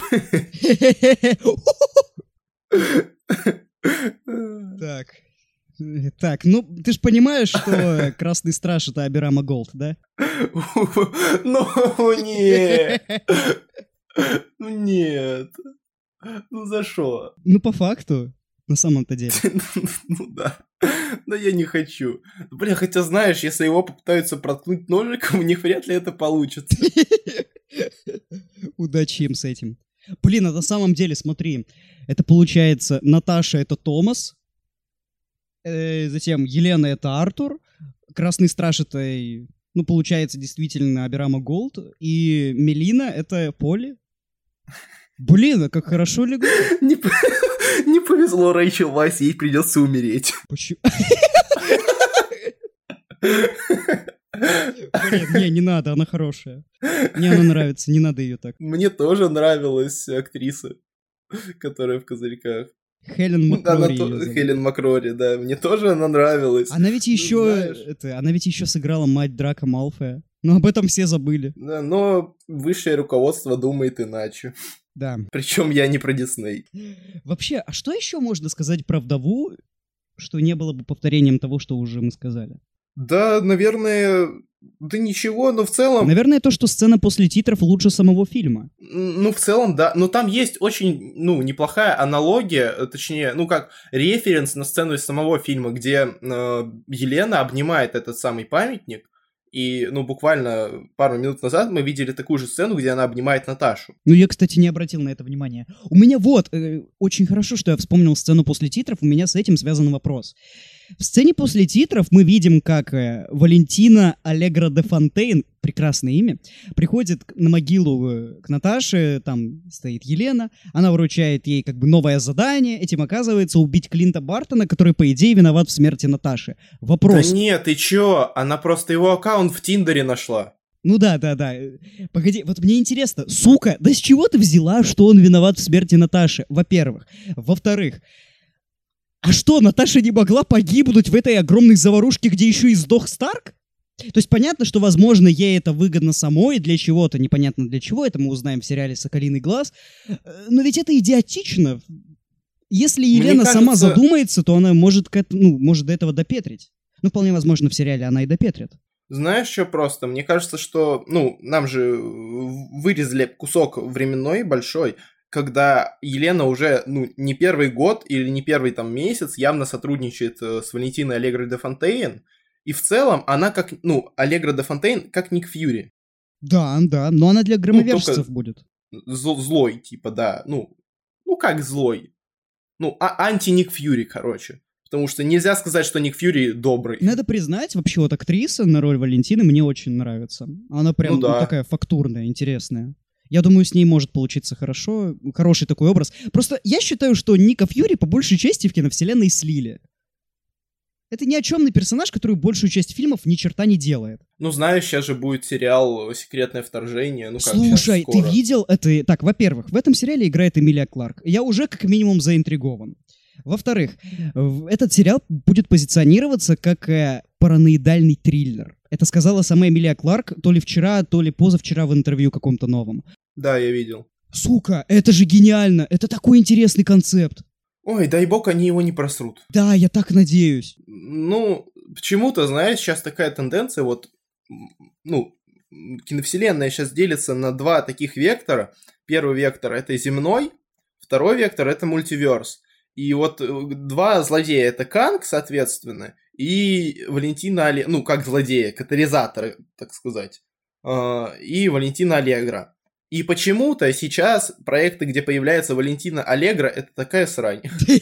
A: Так, ну, ты ж понимаешь, что Красный Страж — это Абирама Голд, да?
B: Ну, нет. Ну, нет. Ну, за что?
A: Ну, по факту, на самом-то деле.
B: Ну, да. Но я не хочу. Бля, хотя, знаешь, если его попытаются проткнуть ножиком, у них вряд ли это получится.
A: Удачи им с этим. Блин, а на самом деле, смотри, это получается Наташа — это Томас, затем Елена — это Артур, Красный Страж — это, ну, получается, действительно Абирама Голд, и Мелина — это Поли. Блин, а как хорошо легло.
B: Не повезло Рэйчел Вайс, ей придется умереть.
A: Почему? Блин, не надо, она хорошая. Мне она нравится, не надо ее так.
B: Мне тоже нравилась актриса, которая в «Козырьках».
A: Хелен Макрори.
B: Хелен Макрори, да, мне тоже она нравилась.
A: Она ведь еще сыграла мать Драко Малфоя. Но об этом все забыли.
B: Да, но высшее руководство думает иначе.
A: Да.
B: Причем я не про Дисней.
A: Вообще, а что еще можно сказать про вдову что не было бы повторением того, что уже мы сказали?
B: Да, наверное, да ничего, но в целом...
A: Наверное, то, что сцена после титров лучше самого фильма.
B: Ну, в целом, да. Но там есть очень, неплохая аналогия, точнее, как референс на сцену из самого фильма, где Елена обнимает этот самый памятник, и, буквально пару минут назад мы видели такую же сцену, где она обнимает Наташу.
A: Я, кстати, не обратил на это внимания. У меня очень хорошо, что я вспомнил сцену после титров, у меня с этим связан вопрос. В сцене после титров мы видим, как Валентина Аллегра де Фонтейн, прекрасное имя, приходит на могилу к Наташе, там стоит Елена, она вручает ей новое задание, этим оказывается убить Клинта Бартона, который, по идее, виноват в смерти Наташи. Вопрос.
B: Да нет, ты чё? Она просто его аккаунт в Тиндере нашла.
A: Да. Погоди, вот мне интересно, сука, да с чего ты взяла, что он виноват в смерти Наташи, во-первых? Во-вторых, а что, Наташа не могла погибнуть в этой огромной заварушке, где еще и сдох Старк? То есть понятно, что, возможно, ей это выгодно самой, для чего-то, непонятно для чего, это мы узнаем в сериале «Соколиный глаз», но ведь это идиотично. Если Елена сама задумается, то она может до этого допетрить. Вполне возможно, в сериале она и допетрит.
B: Знаешь, что просто? Мне кажется, что, нам же вырезали кусок временной большой, когда Елена уже, не первый год или не первый месяц явно сотрудничает с Валентиной Аллегрой де Фонтейн, и в целом она как, Аллегра де Фонтейн как Ник Фьюри.
A: Да, но она для громовержцев будет.
B: Злой, да, как злой? Анти-Ник Фьюри, короче. Потому что нельзя сказать, что Ник Фьюри добрый.
A: Надо признать, вообще актриса на роль Валентины мне очень нравится. Она прям такая фактурная, интересная. Я думаю, с ней может получиться хороший такой образ. Просто я считаю, что Ника Фьюри по большей части в киновселенной слили. Это ни о чемный персонаж, который большую часть фильмов ни черта не делает.
B: Знаешь, сейчас же будет сериал «Секретное вторжение».
A: Слушай, ты видел это? Так, во-первых, в этом сериале играет Эмилия Кларк. Я уже как минимум заинтригован. Во-вторых, этот сериал будет позиционироваться как параноидальный триллер. Это сказала сама Эмилия Кларк то ли вчера, то ли позавчера в интервью каком-то новом.
B: Да, я видел.
A: Сука, это же гениально! Это такой интересный концепт.
B: Ой, дай бог, они его не просрут.
A: Да, я так надеюсь.
B: Почему-то, знаешь, сейчас такая тенденция, киновселенная сейчас делится на два таких вектора. Первый вектор — это земной, второй вектор — это мультиверс. И два злодея — это Канг, соответственно, и Валентина как злодея, катализатора, так сказать, и Валентина Аллегра. И почему-то сейчас проекты, где появляется Валентина Аллегра, это такая срань.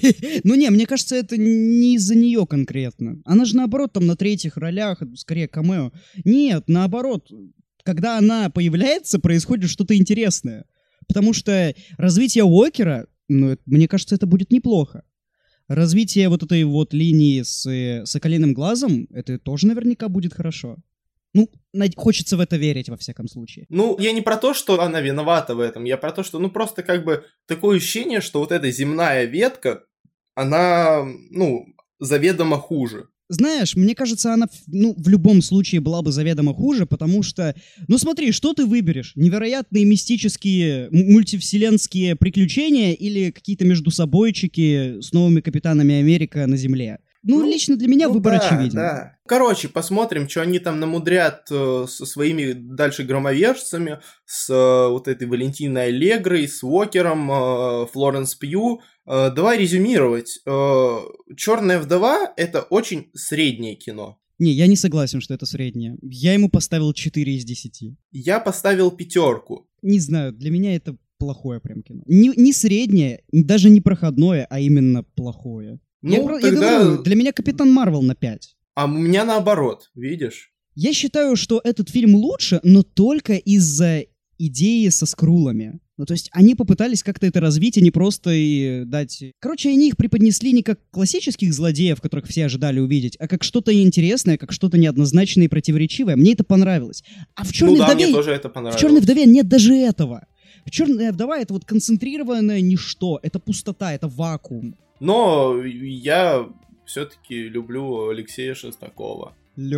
A: Мне кажется, это не из-за нее конкретно. Она же, наоборот, там на третьих ролях, скорее камео. Нет, наоборот. Когда она появляется, происходит что-то интересное. Потому что развитие Уокера, мне кажется, это будет неплохо. Развитие этой линии с Соколиным глазом, это тоже наверняка будет хорошо. Хочется в это верить, во всяком случае.
B: Я не про то, что она виновата в этом, я про то, что, просто такое ощущение, что эта земная ветка, она, заведомо хуже.
A: Знаешь, мне кажется, она, в любом случае была бы заведомо хуже, потому что, смотри, что ты выберешь? Невероятные мистические мультивселенские приключения или какие-то междусобойчики с новыми Капитанами Америка на Земле? Лично для меня выбор очевиден. Да.
B: Короче, посмотрим, что они там намудрят со своими дальше громовержцами, с этой Валентиной Аллегрой, с Уокером, Флоренс Пью. Давай резюмировать. «Черная вдова» — это очень среднее кино.
A: Не, я не согласен, что это среднее. Я ему поставил 4 из 10.
B: Я поставил 5.
A: Не знаю, для меня это плохое прям кино. Не среднее, даже не проходное, а именно плохое. Я говорю, для меня Капитан Марвел на 5.
B: А у меня наоборот, видишь?
A: Я считаю, что этот фильм лучше, но только из-за идеи со скрулами. То есть они попытались как-то это развить, а не просто и дать... Короче, они их преподнесли не как классических злодеев, которых все ожидали увидеть, а как что-то интересное, как что-то неоднозначное и противоречивое. Мне это понравилось. А в «Черной вдове»...
B: мне тоже это понравилось.
A: В «Черной вдове» нет даже этого. «Черная вдова» — это концентрированное ничто, это пустота, это вакуум.
B: Но я все-таки люблю Алексея Шестакова.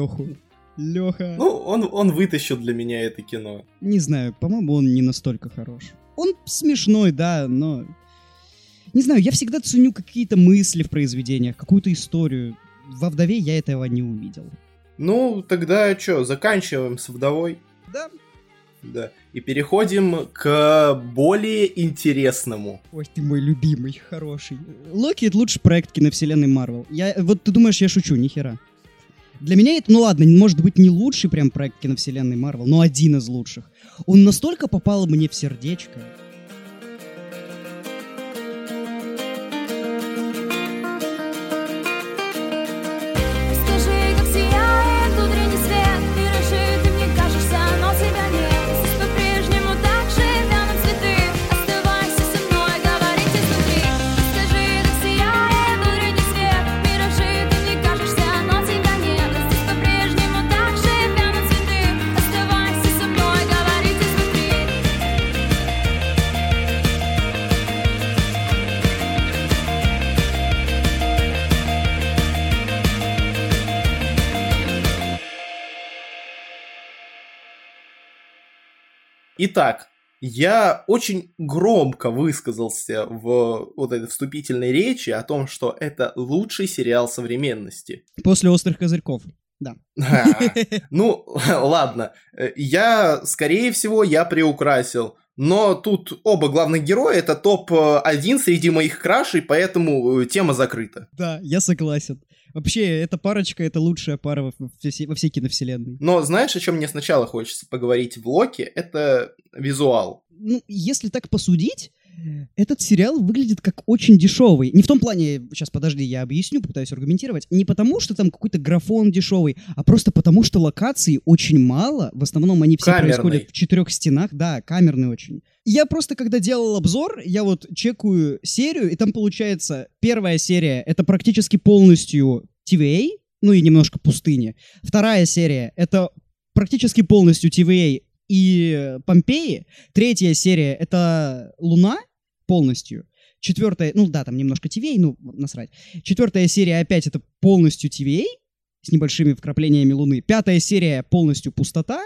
A: Леха.
B: Он вытащил для меня это кино.
A: Не знаю, по-моему, он не настолько хорош. Он смешной, да, но... Не знаю, я всегда ценю какие-то мысли в произведениях, какую-то историю. Во «Вдове» я этого не увидел.
B: Ну, тогда что, заканчиваем с «Вдовой»?
A: Да.
B: Да. И переходим к более интересному.
A: Ой, ты мой любимый, хороший. Локи — это лучший проект киновселенной Марвел. Вот ты думаешь, я шучу, нихера. Для меня это, ну ладно, может быть не лучший прям проект киновселенной Марвел, но один из лучших. Он настолько попал мне в сердечко.
B: Итак, я очень громко высказался в вот этой вступительной речи о том, что это лучший сериал современности.
A: После «Острых козырьков». Да.
B: Ну, ладно. Скорее всего, я приукрасил. Но тут оба главных героя — это топ-1 среди моих крашей, поэтому тема закрыта.
A: Да, я согласен. Вообще, эта парочка — это лучшая пара во всей киновселенной.
B: Но знаешь, о чем мне сначала хочется поговорить в Локи? Это визуал.
A: Ну, если так посудить, этот сериал выглядит как очень дешевый. Не в том плане, сейчас подожди, я объясню, попытаюсь аргументировать. Не потому, что там какой-то графон дешевый, а просто потому, что локаций очень мало. В основном они все происходят в 4 стенах. Да, камерный очень. Я просто, когда делал обзор, я вот чекаю серию, и там получается, первая серия — это практически полностью TVA, ну и немножко пустыни. Вторая серия — это практически полностью TVA и Помпеи. Третья серия — это Луна полностью. Четвертая, ну да, там немножко TVA, ну насрать. Четвертая серия опять это полностью TVA с небольшими вкраплениями Луны. Пятая серия полностью пустота.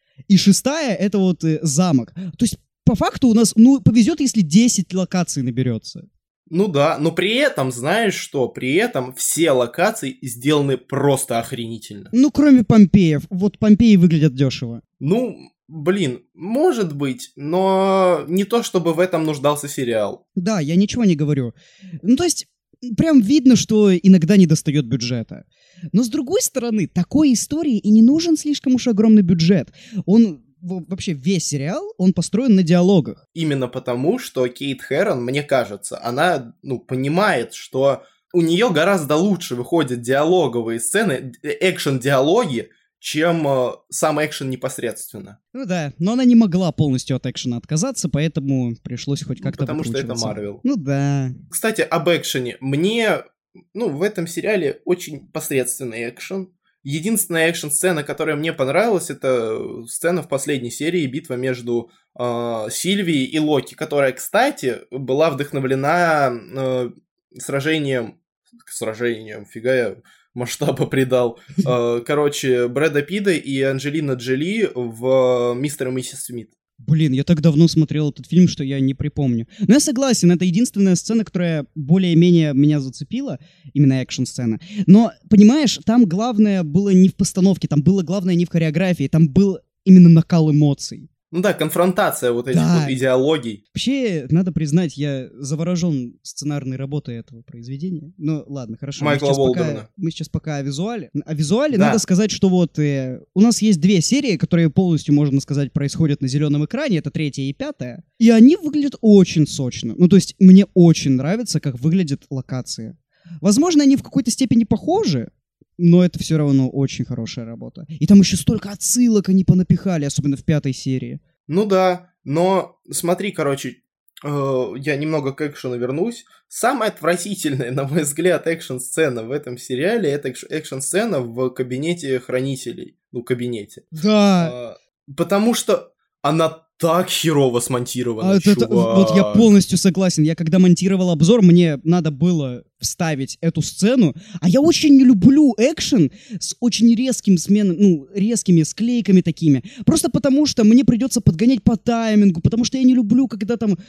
A: И шестая это вот замок. То есть по факту у нас, ну, повезет, если 10 локаций наберется.
B: Ну да, но при этом, знаешь что, при этом все локации сделаны просто охренительно.
A: Ну, кроме Помпеев. Вот Помпеи выглядят дешево.
B: Ну, блин, может быть, но не то, чтобы в этом нуждался сериал.
A: Да, я ничего не говорю. Ну, то есть, прям видно, что иногда не достает бюджета. Но, с другой стороны, такой истории и не нужен слишком уж огромный бюджет. Вообще весь сериал, он построен на диалогах.
B: Именно потому, что Кейт Хэрон, мне кажется, она, понимает, что у нее гораздо лучше выходят диалоговые сцены, экшен-диалоги, чем сам экшен непосредственно.
A: Ну да, но она не могла полностью от экшена отказаться, поэтому пришлось хоть как-то
B: потому что это
A: выкручиваться.
B: Марвел.
A: Ну да.
B: Кстати, об экшене. Мне, в этом сериале очень посредственный экшен. Единственная экшн-сцена, которая мне понравилась, это сцена в последней серии, битва между Сильвией и Локи, которая, кстати, была вдохновлена сражением, фига я масштаба придал, Брэда Питта и Анджелина Джоли в «Мистер и миссис Смит».
A: Блин, я так давно смотрел этот фильм, что я не припомню. Но я согласен, это единственная сцена, которая более-менее меня зацепила, именно экшн-сцена. Но, понимаешь, там главное было не в постановке, там было главное не в хореографии, там был именно накал эмоций.
B: Ну да, конфронтация вот этих вот идеологий.
A: Вообще, надо признать, я заворожен сценарной работой этого произведения. Ну, ладно, хорошо.
B: Майкла Уолберна.
A: Мы сейчас пока о визуале. О визуале надо сказать, что вот у нас есть 2 серии, которые полностью, можно сказать, происходят на зеленом экране. Это 3-я и 5-я. И они выглядят очень сочно. Ну, то есть, мне очень нравится, как выглядят локации. Возможно, они в какой-то степени похожи, но это все равно очень хорошая работа. И там еще столько отсылок они понапихали, особенно в 5-й серии.
B: Ну да, но смотри, я немного к экшену вернусь. Самая отвратительная, на мой взгляд, экшн-сцена в этом сериале — это экшн-сцена в кабинете хранителей. Ну, кабинете.
A: Да.
B: Потому что она так херово смонтировано, чувак.
A: Вот я полностью согласен. Я когда монтировал обзор, мне надо было вставить эту сцену, а я очень не люблю экшен с очень резким резкими склейками такими. Просто потому, что мне придется подгонять по таймингу, потому что я не люблю, когда там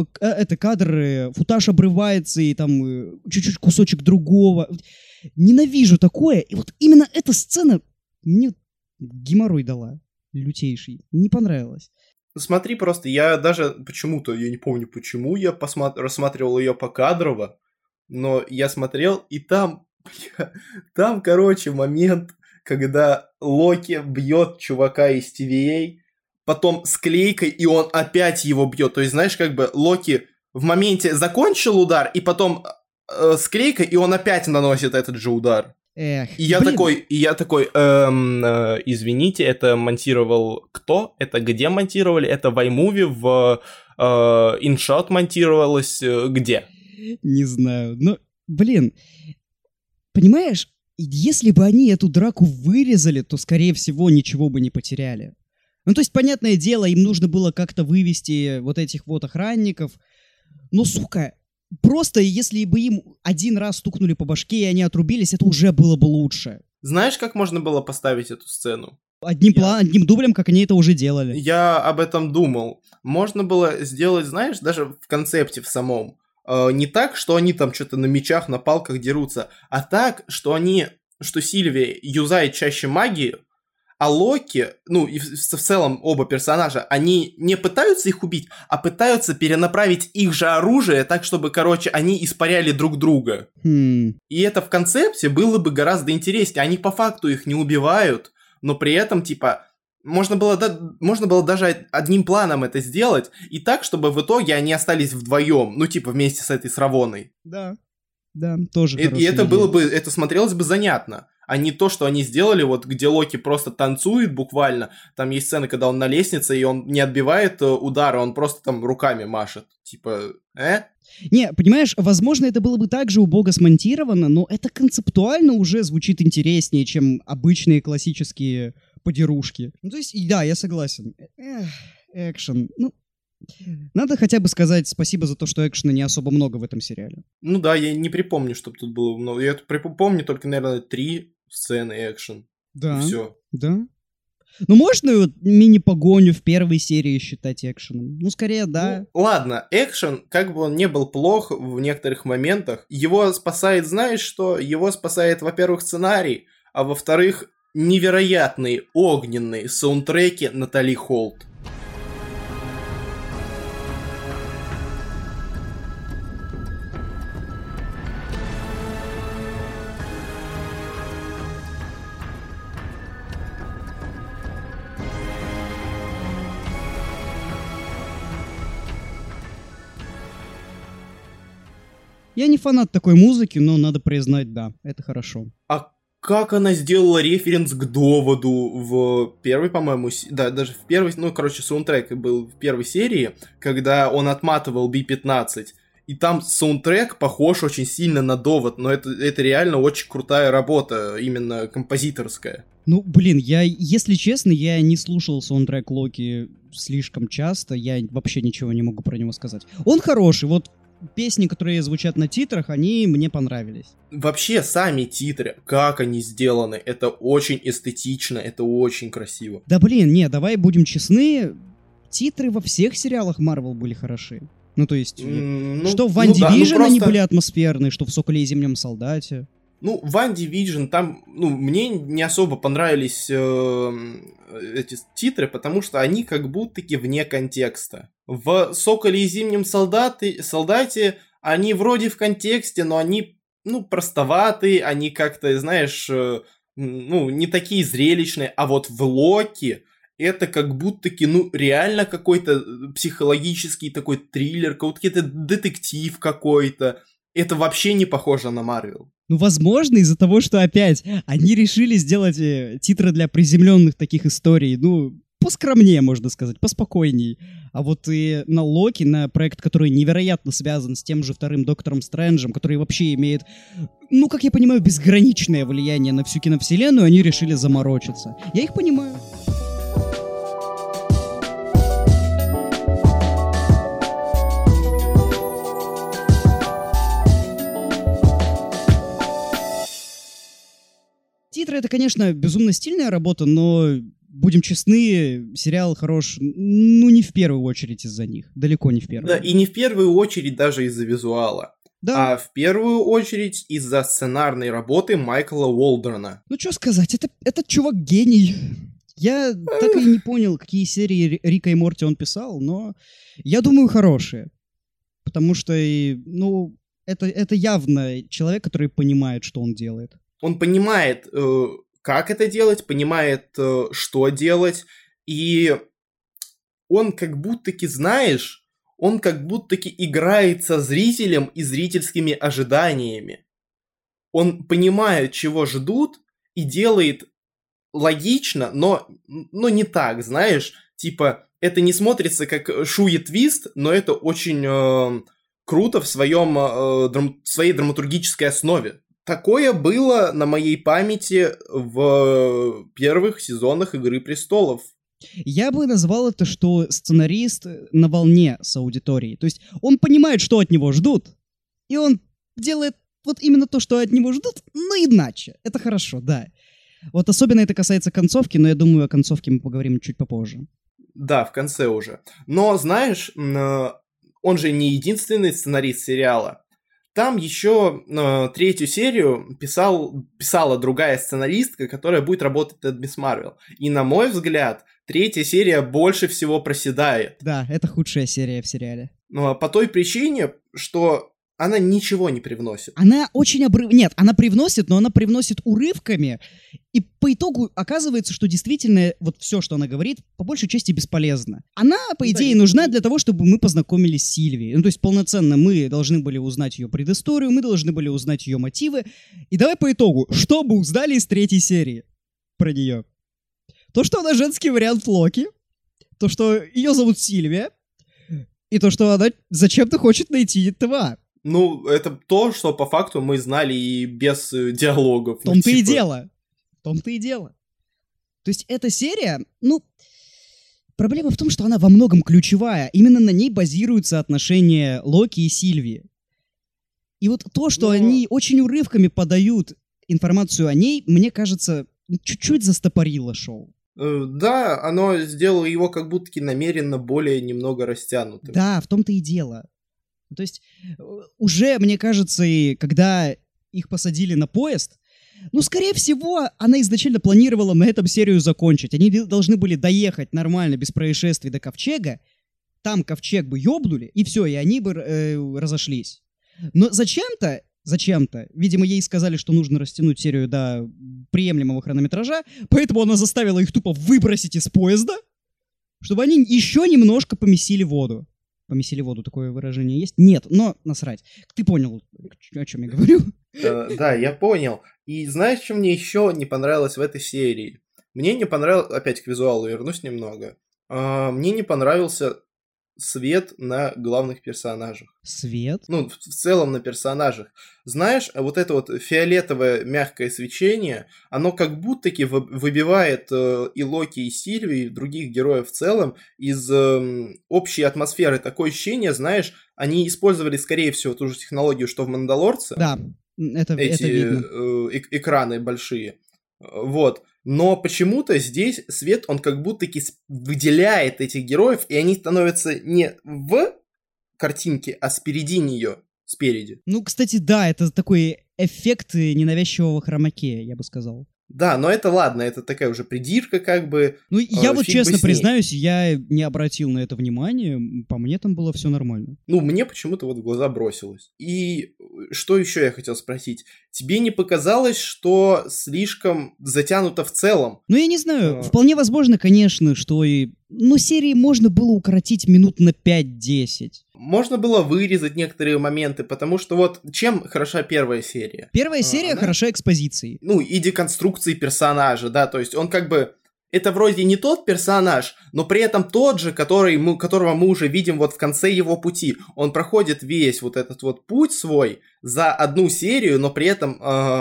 A: кадр, футаж обрывается, и там чуть-чуть кусочек другого. Ненавижу такое. И вот именно эта сцена мне геморрой дала. Лютейший. Не понравилось.
B: Смотри, просто я даже почему-то, я не помню почему, я рассматривал ее покадрово, но я смотрел, и там, короче, момент, когда Локи бьет чувака из TVA, потом склейкой, и он опять его бьет. То есть, знаешь, как бы Локи в моменте закончил удар, и потом склейкой, и он опять наносит этот же удар.
A: Эх,
B: и я такой, извините, это монтировал кто? Это где монтировали? Это в iMovie, в InShot монтировалось? Где?
A: Не знаю, но, понимаешь, если бы они эту драку вырезали, то, скорее всего, ничего бы не потеряли. Ну, то есть, понятное дело, им нужно было как-то вывести вот этих вот охранников, но, сука... Просто если бы им один раз стукнули по башке, и они отрубились, это уже было бы лучше.
B: Знаешь, как можно было поставить эту сцену?
A: Одним дублем, как они это уже делали.
B: Я об этом думал. Можно было сделать, знаешь, даже в концепте в самом. Не так, что они там что-то на мечах, на палках дерутся, а так, что Сильвия юзает чаще магию, а Локи, и в целом оба персонажа, они не пытаются их убить, а пытаются перенаправить их же оружие так, чтобы, они испаряли друг друга. И это в концепте было бы гораздо интереснее. Они по факту их не убивают, но при этом, можно было даже одним планом это сделать, и так, чтобы в итоге они остались вдвоем, вместе с Равоной.
A: Да, тоже
B: И это это смотрелось бы занятно. А не то, что они сделали, где Локи просто танцует буквально. Там есть сцена, когда он на лестнице, и он не отбивает удара, он просто там руками машет.
A: Не, понимаешь, возможно, это было бы также убого смонтировано, но это концептуально уже звучит интереснее, чем обычные классические подерушки. То есть, да, я согласен. Экшен. Надо хотя бы сказать спасибо за то, что экшена не особо много в этом сериале.
B: Ну да, я не припомню, чтобы тут было много. Я припомню только, наверное, 3 сцены экшен.
A: Да.
B: И все.
A: Да. Можно мини-погоню в первой серии считать экшеном? Скорее, да.
B: Ладно, экшен, как бы он не был плох в некоторых моментах, его спасает, знаешь что? Его спасает, во-первых, сценарий, а во-вторых, невероятные огненные саундтреки Натали Холт.
A: Я не фанат такой музыки, но надо признать, да, это хорошо.
B: А как она сделала референс к доводу в первой, по-моему, да, даже в первой, саундтрек был в первой серии, когда он отматывал Би-15, и там саундтрек похож очень сильно на довод, но это реально очень крутая работа, именно композиторская.
A: Если честно, я не слушал саундтрек Локи слишком часто, я вообще ничего не могу про него сказать. Он хороший, песни, которые звучат на титрах, они мне понравились.
B: Вообще, сами титры, как они сделаны, это очень эстетично, это очень красиво.
A: Да давай будем честны, титры во всех сериалах Marvel были хороши. То есть, что в One Division они были атмосферные, что в Соколе и Зимнем Солдате.
B: В One Division там, мне не особо понравились эти титры, потому что они как будто-таки вне контекста. В Соколе и Зимнем Солдате они вроде в контексте, но они, простоватые, они как-то, знаешь, не такие зрелищные. А вот в Локи это как будто-таки, реально какой-то психологический такой триллер, какой-то детектив какой-то. Это вообще не похоже на Марвел.
A: Возможно, из-за того, что опять они решили сделать титры для приземленных таких историй, поскромнее, можно сказать, поспокойней. А и на Локи, на проект, который невероятно связан с тем же вторым Доктором Стрэнджем, который вообще имеет, как я понимаю, безграничное влияние на всю киновселенную, они решили заморочиться. Я их понимаю. это, конечно, безумно стильная работа, но, будем честны, сериал хорош, ну, не в первую очередь из-за них. Далеко не в первую.
B: Да, и не в первую очередь даже из-за визуала.
A: Да.
B: А в первую очередь из-за сценарной работы Майкла Уолдерна.
A: Ну, что сказать, этот чувак гений. Я так и не понял, какие серии Рика и Морти он писал, но я думаю, хорошие. Потому что, ну, это явно человек, который понимает, что он делает.
B: Он понимает, как это делать, понимает, что делать, и он как будто-таки, знаешь, он как будто-таки играет со зрителем и зрительскими ожиданиями. Он понимает, чего ждут, и делает логично, но не так, знаешь, типа, это не смотрится как шуе-твист, но это очень круто в своей драматургической основе. Такое было на моей памяти в первых сезонах «Игры престолов».
A: Я бы назвал это, что сценарист на волне с аудиторией. То есть он понимает, что от него ждут, и он делает вот именно то, что от него ждут, но иначе. Это хорошо, да. Вот особенно это касается концовки, но я думаю, о концовке мы поговорим чуть попозже.
B: Да, в конце уже. Но, знаешь, он же не единственный сценарист сериала. Там еще третью серию писала другая сценаристка, которая будет работать над Мисс Марвел. И, на мой взгляд, третья серия больше всего проседает.
A: Да, это худшая серия в сериале.
B: По той причине, что она ничего не привносит.
A: Она очень Нет, она привносит, но она привносит урывками, и по итогу оказывается, что действительно вот все, что она говорит, по большей части бесполезно. Она, по идее, нужна для того, чтобы мы познакомились с Сильвией. Ну, то есть полноценно мы должны были узнать ее предысторию, мы должны были узнать ее мотивы. И давай по итогу, что мы узнали из третьей серии про нее? То, что она женский вариант Локи, то, что ее зовут Сильвия, и то, что она зачем-то хочет найти ТВА.
B: Ну, это то, что по факту мы знали и без диалогов.
A: В том-то и дело. В том-то и дело. То есть эта серия, ну, проблема в том, что она во многом ключевая. Именно на ней базируются отношения Локи и Сильвии. И вот то, что они очень урывками подают информацию о ней, мне кажется, чуть-чуть застопорило шоу.
B: Да, оно сделало его как будто намеренно более немного растянутым.
A: Да, в том-то и дело. То есть уже, мне кажется, и когда их посадили на поезд, ну, скорее всего, она изначально планировала на этом серию закончить. Они должны были доехать нормально, без происшествий до Ковчега, там Ковчег бы ёбнули, и все, и они бы разошлись. Но зачем-то, видимо, ей сказали, что нужно растянуть серию до приемлемого хронометража, поэтому она заставила их тупо выбросить из поезда, чтобы они еще немножко помесили воду. Помесили воду, такое выражение есть? Нет, но насрать. Ты понял, о чем я говорю?
B: Да, я понял. И знаешь, что мне еще не понравилось в этой серии? Мне не понравилось, опять к визуалу вернусь немного, мне не понравился свет на главных персонажах.
A: Свет?
B: Ну, в целом на персонажах. Знаешь, вот это вот фиолетовое мягкое свечение, оно как будто-таки выбивает и Локи, и Сильвию, и других героев в целом из общей атмосферы. Такое ощущение, знаешь, они использовали, скорее всего, ту же технологию, что в «Мандалорце».
A: Да, это видно.
B: Экраны большие. Вот. Но почему-то здесь свет, он как будто-таки выделяет этих героев, и они становятся не в картинке, а спереди нее, спереди.
A: Ну, кстати, да, это такой эффект ненавязчивого хромакея, я бы сказал.
B: Да, но это ладно, это такая уже придирка как бы.
A: Ну, я вот честно признаюсь, я не обратил на это внимания, по мне там было все нормально.
B: Ну, мне почему-то вот в глаза бросилось. И что еще я хотел спросить? Тебе не показалось, что слишком затянуто в целом?
A: Ну, я не знаю, вполне возможно, конечно, что и... Ну, серии можно было укоротить минут на 5-10.
B: Можно было вырезать некоторые моменты, потому что вот чем хороша первая серия?
A: Первая серия хороша экспозицией.
B: Ну, и деконструкцией персонажа, да, то есть он как бы... Это вроде не тот персонаж, но при этом тот же, которого мы уже видим вот в конце его пути. Он проходит весь вот этот вот путь свой за одну серию, но при этом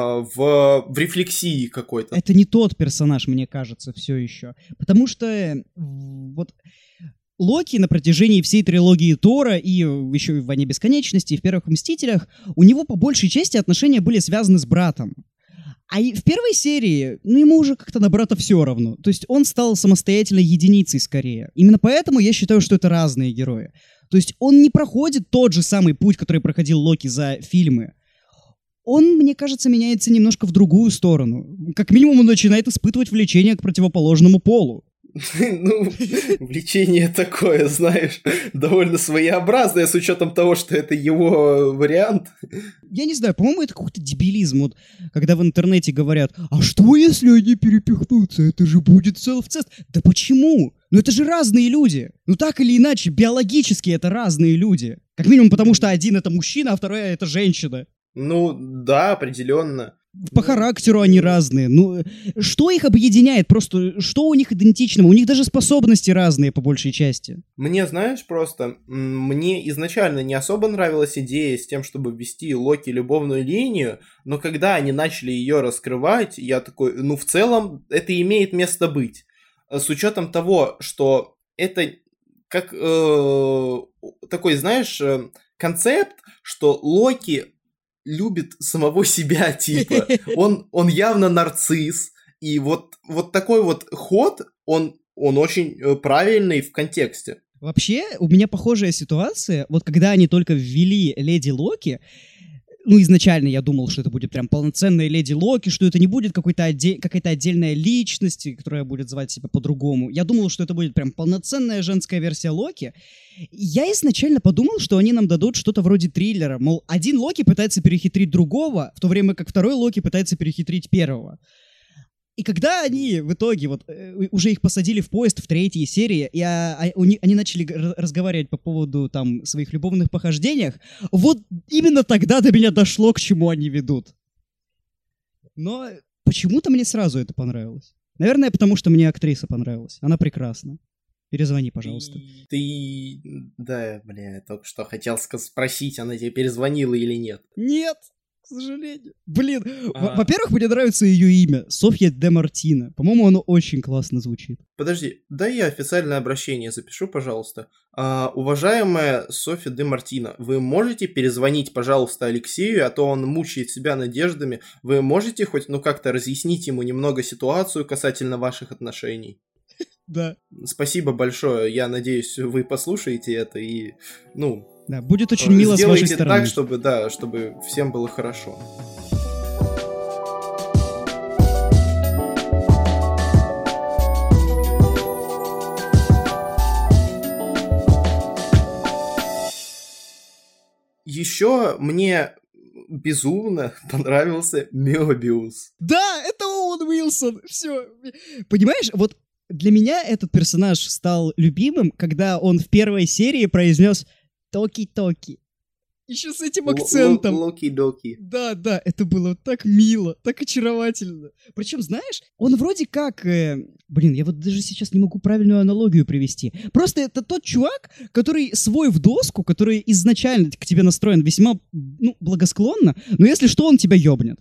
B: в рефлексии какой-то.
A: Это не тот персонаж, мне кажется, все еще. Потому что вот Локи на протяжении всей трилогии Тора и еще и в «Войне бесконечности», и в «Первых Мстителях» у него по большей части отношения были связаны с братом. А в первой серии, ну, ему уже как-то на брата все равно. То есть он стал самостоятельной единицей скорее. Именно поэтому я считаю, что это разные герои. То есть он не проходит тот же самый путь, который проходил Локи за фильмы. Он, мне кажется, меняется немножко в другую сторону. Как минимум он начинает испытывать влечение к противоположному полу.
B: Ну, влечение такое, знаешь, довольно своеобразное, с учетом того, что это его вариант.
A: Я не знаю, по-моему, это какой-то дебилизм, вот, когда в интернете говорят, а что если они перепихнутся, это же будет селф-цест. Да почему? Ну это же разные люди. Ну так или иначе, биологически это разные люди. Как минимум потому, что один это мужчина, а второй это женщина.
B: Ну, да, определенно.
A: По характеру они разные. Ну, что их объединяет? Просто что у них идентичного? У них даже способности разные, по большей части.
B: Мне, знаешь, просто, мне изначально не особо нравилась идея с тем, чтобы ввести Локи любовную линию, но когда они начали ее раскрывать, я такой, ну, в целом, это имеет место быть. С учетом того, что это как такой, знаешь, концепт, что Локи любит самого себя, типа. Он явно нарцисс, и вот такой вот ход, он очень правильный в контексте.
A: Вообще, у меня похожая ситуация, вот когда они только ввели Леди Локи, ну, изначально я думал, что это будет прям полноценная Леди Локи, что это не будет какая-то отдельная личность, которая будет звать себя по-другому. Я думал, что это будет прям полноценная женская версия Локи. Я изначально подумал, что они нам дадут что-то вроде триллера. Мол, один Локи пытается перехитрить другого, в то время как второй Локи пытается перехитрить первого. И когда они в итоге, вот, уже их посадили в поезд в 3-й серии, и они начали разговаривать по поводу, там, своих любовных похождениях, вот именно тогда до меня дошло, к чему они ведут. Но почему-то мне сразу это понравилось. Наверное, потому что мне актриса понравилась. Она прекрасна. Перезвони, пожалуйста.
B: Да, я только что хотел спросить, она тебе перезвонила или нет.
A: Нет! К сожалению. Блин, во-первых, мне нравится ее имя. Софья де Мартино. По-моему, оно очень классно звучит.
B: Подожди, дай я официальное обращение запишу, пожалуйста. Уважаемая Софья де Мартино, вы можете перезвонить, пожалуйста, Алексею, а то он мучает себя надеждами. Вы можете хоть, как-то разъяснить ему немного ситуацию касательно ваших отношений?
A: Да.
B: Спасибо большое. Я надеюсь, вы послушаете это и,
A: Да, будет очень мило с вашей стороны.
B: Сделайте так, чтобы всем было хорошо. Еще мне безумно понравился Мёбиус.
A: Да, это Оуэн Уилсон. Все. Понимаешь, вот для меня этот персонаж стал любимым, когда он в первой серии произнес «Токи-токи». Еще с этим акцентом.
B: Локи-доки.
A: Да, это было так мило, так очаровательно. Причем, знаешь, он вроде как... я вот даже сейчас не могу правильную аналогию привести. Просто это тот чувак, который свой в доску, который изначально к тебе настроен весьма, благосклонно, но если что, он тебя ёбнет.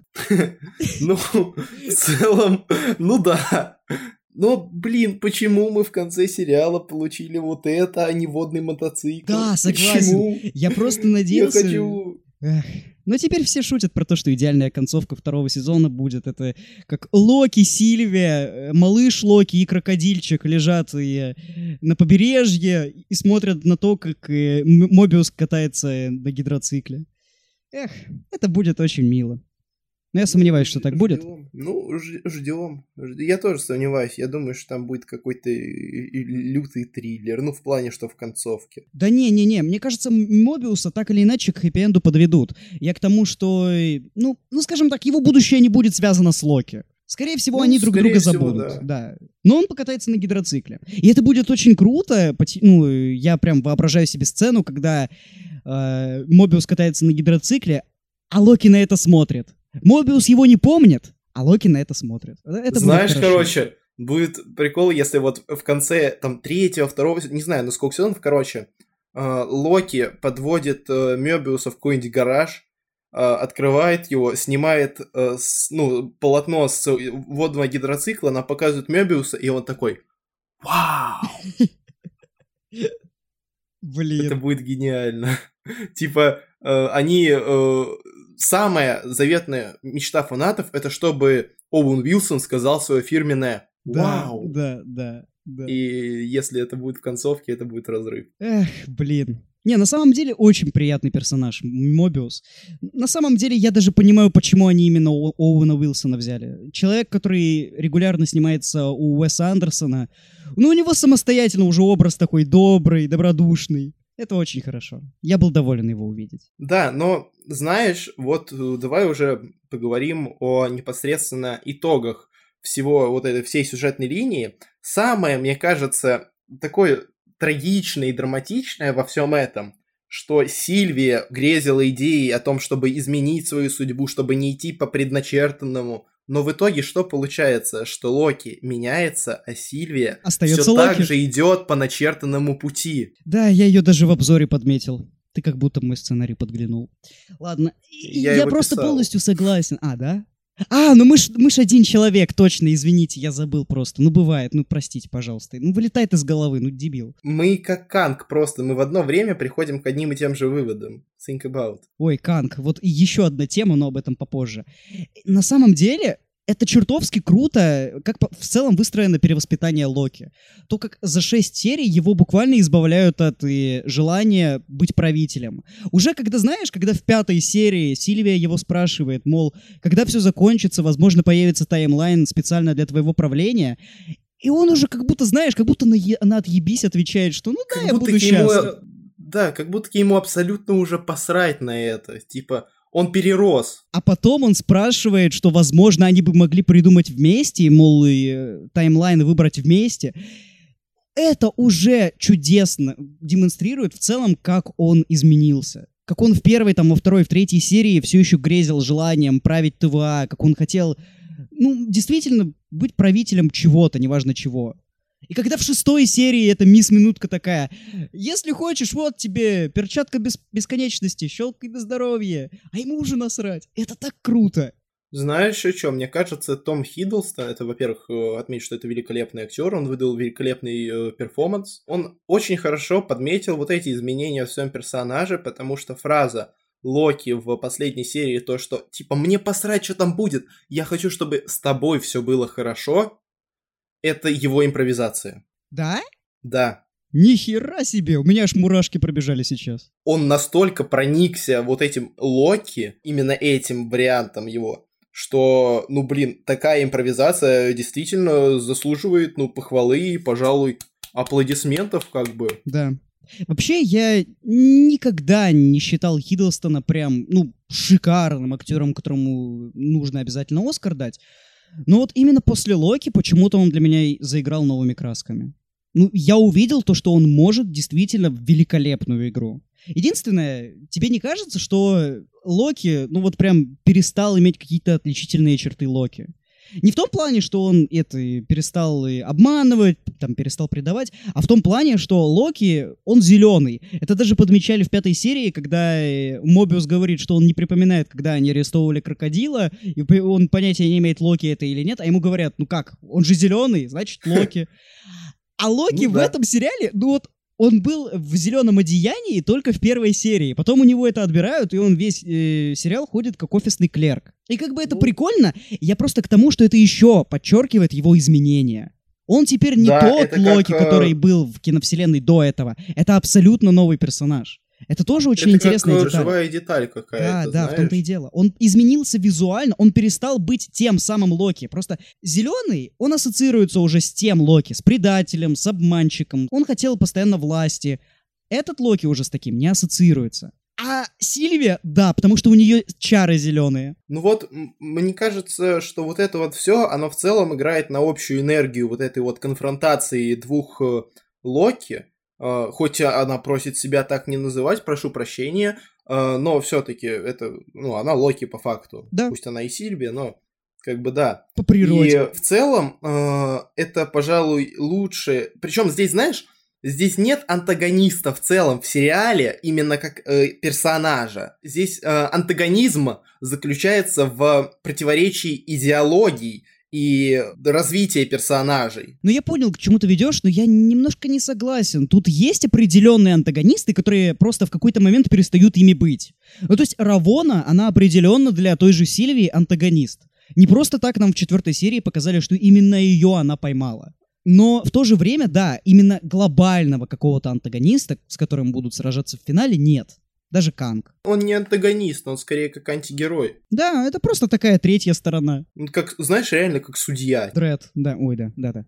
B: В целом, да. Но, почему мы в конце сериала получили вот это, а не водный мотоцикл?
A: Да, согласен. Почему? Я просто надеялся...
B: Я хочу...
A: Но теперь все шутят про то, что идеальная концовка 2-го сезона будет. Это как Локи, Сильвия, малыш Локи и крокодильчик лежат на побережье и смотрят на то, как Мобиус катается на гидроцикле. Это будет очень мило. Но я сомневаюсь, что так будет.
B: Ждем. Я тоже сомневаюсь. Я думаю, что там будет какой-то лютый триллер. В плане, что в концовке.
A: Да не. Мне кажется, Мобиуса так или иначе к хэппи-энду подведут. Я к тому, что, скажем так, его будущее не будет связано с Локи. Скорее всего, они друг друга забудут. Да. Но он покатается на гидроцикле. И это будет очень круто. Я прям воображаю себе сцену, когда Мобиус катается на гидроцикле, а Локи на это смотрит. Мобиус его не помнит, а Локи на это смотрит. Это
B: знаешь, короче, будет прикол, если вот в конце, 3-го, 2-го, не знаю, на сколько сезонов, Локи подводит Мёбиуса в какой-нибудь гараж, открывает его, снимает полотно с водного гидроцикла, она показывает Мёбиуса, и он такой: «Вау!»
A: Блин.
B: Это будет гениально. Типа, они самая заветная мечта фанатов — это чтобы Оуэн Уилсон сказал свое фирменное «Вау!».
A: Да.
B: И если это будет в концовке, это будет разрыв.
A: Эх, блин. Не, на самом деле очень приятный персонаж, Мобиус. На самом деле я даже понимаю, почему они именно Оуэна Уилсона взяли. Человек, который регулярно снимается у Уэса Андерсона, ну, у него самостоятельно уже образ такой добрый, добродушный. Это очень хорошо. Я был доволен его увидеть.
B: Да, но, знаешь, вот давай уже поговорим о непосредственно итогах всего вот этой всей сюжетной линии. Самое, мне кажется, такое трагичное и драматичное во всем этом, что Сильвия грезила идеей о том, чтобы изменить свою судьбу, чтобы не идти по предначертанному. Но в итоге что получается? Что Локи меняется, а Сильвия
A: остается
B: все
A: Локи.
B: так же идет по начертанному пути.
A: Да, я ее даже в обзоре подметил. Ты как будто мой сценарий подглянул. Ладно, я просто
B: писал.
A: полностью согласен. А, да? А, ну мы ж один человек, точно, извините, я забыл просто. Ну бывает, ну простите, пожалуйста. Ну вылетает из головы, ну дебил.
B: Мы как Канг просто, мы в одно время приходим к одним и тем же выводам. Think about.
A: Ой, Канг, вот и еще одна тема, но об этом попозже. На самом деле, это чертовски круто, как в целом выстроено перевоспитание Локи. То, как за 6 серий его буквально избавляют от желания быть правителем. Уже когда, знаешь, когда в 5 серии Сильвия его спрашивает, мол, когда все закончится, возможно, появится таймлайн специально для твоего правления, и он уже как будто, знаешь, как будто на отъебись отвечает, что ну да,
B: Как
A: я
B: будто
A: буду счастлив.
B: Да, как будто ему абсолютно уже посрать на это. Типа, он перерос.
A: А потом он спрашивает, что, возможно, они бы могли придумать вместе, мол, и таймлайн выбрать вместе. Это уже чудесно демонстрирует в целом, как он изменился. Как он в первой, там, во второй, в третьей серии все еще грезил желанием править ТВА, как он хотел, ну, действительно быть правителем чего-то, неважно чего. И когда в 6 серии эта мисс-минутка такая, если хочешь, вот тебе перчатка бесконечности, щелкай на здоровье, а ему уже насрать. Это так круто.
B: Знаешь, что? Мне кажется, Том Хиддлстон, это, во-первых, отметить, что это великолепный актер, он выдал великолепный перформанс. Он очень хорошо подметил вот эти изменения в своем персонаже, потому что фраза Локи в последней серии, то, что, типа, мне посрать, что там будет, я хочу, чтобы с тобой все было хорошо, это его импровизация.
A: Да?
B: Да.
A: Нихера себе, у меня аж мурашки пробежали сейчас.
B: Он настолько проникся вот этим Локи, именно этим вариантом его, что, ну, блин, такая импровизация действительно заслуживает, ну, похвалы и, пожалуй, аплодисментов, как бы.
A: Да. Вообще, я никогда не считал Хиддлстона прям, ну, шикарным актером, которому нужно обязательно Оскар дать. Но вот именно после Локи почему-то он для меня заиграл новыми красками. Ну, я увидел то, что он может действительно великолепную игру. Единственное, тебе не кажется, что Локи, ну вот прям перестал иметь какие-то отличительные черты Локи? Не в том плане, что он перестал обманывать, там, перестал предавать, а в том плане, что Локи, он зеленый. Это даже подмечали в 5 серии, когда Мобиус говорит, что он не припоминает, когда они арестовывали крокодила, и он понятия не имеет, Локи это или нет, а ему говорят, ну как, он же зеленый, значит Локи. А Локи в этом сериале, ну вот, он был в зеленом одеянии только в 1 серии. Потом у него это отбирают, и он весь сериал ходит как офисный клерк. И как бы это прикольно, я просто к тому, что это еще подчеркивает его изменения. Он теперь не тот Локи, который был в киновселенной до этого. Это абсолютно новый персонаж. Это тоже очень интересная деталь.
B: Живая деталь какая-то,
A: да, в том-то и дело. Он изменился визуально, он перестал быть тем самым Локи. Просто зеленый, он ассоциируется уже с тем Локи, с предателем, с обманщиком. Он хотел постоянно власти. Этот Локи уже с таким не ассоциируется. А Сильвия, да, потому что у нее чары зеленые.
B: Ну вот, мне кажется, что вот это вот все, оно в целом играет на общую энергию вот этой вот конфронтации двух Локи. Хоть она просит себя так не называть, прошу прощения, но все-таки это, ну, она Локи по факту.
A: Да.
B: Пусть она и Сильвия, но как бы да.
A: По природе.
B: И в целом это, пожалуй, лучше. Причем здесь, знаешь, здесь нет антагониста в целом в сериале, именно как персонажа. Здесь антагонизм заключается в противоречии идеологий и развитие персонажей.
A: Ну, я понял, к чему ты ведешь, но я немножко не согласен. Тут есть определенные антагонисты, которые просто в какой-то момент перестают ими быть. Ну, то есть Равона, она определенно для той же Сильвии антагонист. Не просто так нам в 4 серии показали, что именно ее она поймала. Но в то же время, да, именно глобального какого-то антагониста, с которым будут сражаться в финале, нет. Даже Канг.
B: Он не антагонист, он скорее как антигерой.
A: Да, это просто такая третья сторона.
B: Он как, знаешь, реально как судья.
A: Дред, да, ой, да.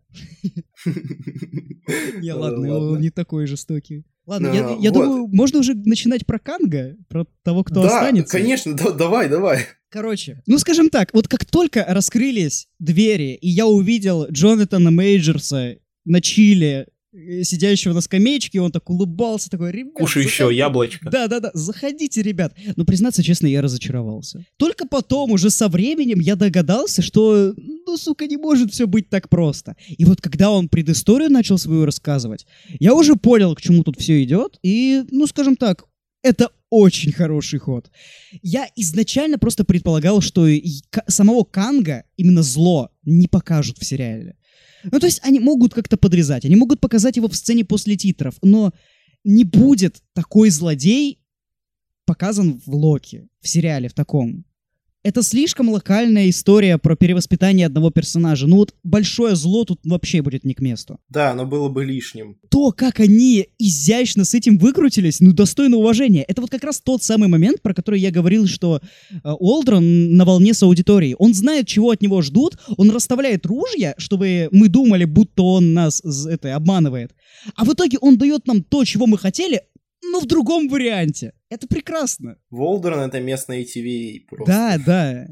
A: Не, ладно, он не такой жестокий. Ладно, я думаю, можно уже начинать про Канга, про того, кто останется.
B: Да, конечно, давай.
A: Короче, ну скажем так, вот как только раскрылись двери, и я увидел Джонатана Мейджерса на чиле, сидящего на скамеечке, он так улыбался, такой, ребят,
B: кушающего яблочко.
A: Да, заходите, ребят. Но, признаться честно, я разочаровался. Только потом, уже со временем, я догадался, что, сука, не может все быть так просто. И вот когда он предысторию начал свою рассказывать, я уже понял, к чему тут все идет, и, скажем так, это очень хороший ход. Я изначально просто предполагал, что самого Канга, именно зло, не покажут в сериале. Ну, то есть они могут как-то подрезать, они могут показать его в сцене после титров, но не будет такой злодей показан в Локи, в сериале в таком. Это слишком локальная история про перевоспитание одного персонажа. Ну вот большое зло тут вообще будет не к месту.
B: Да, оно было бы лишним.
A: То, как они изящно с этим выкрутились, достойно уважения. Это вот как раз тот самый момент, про который я говорил, что Уолдрон на волне с аудиторией. Он знает, чего от него ждут, он расставляет ружья, чтобы мы думали, будто он нас обманывает. А в итоге он дает нам то, чего мы хотели, но в другом варианте. Это прекрасно.
B: Уолдрон — это местный ATV просто.
A: Да,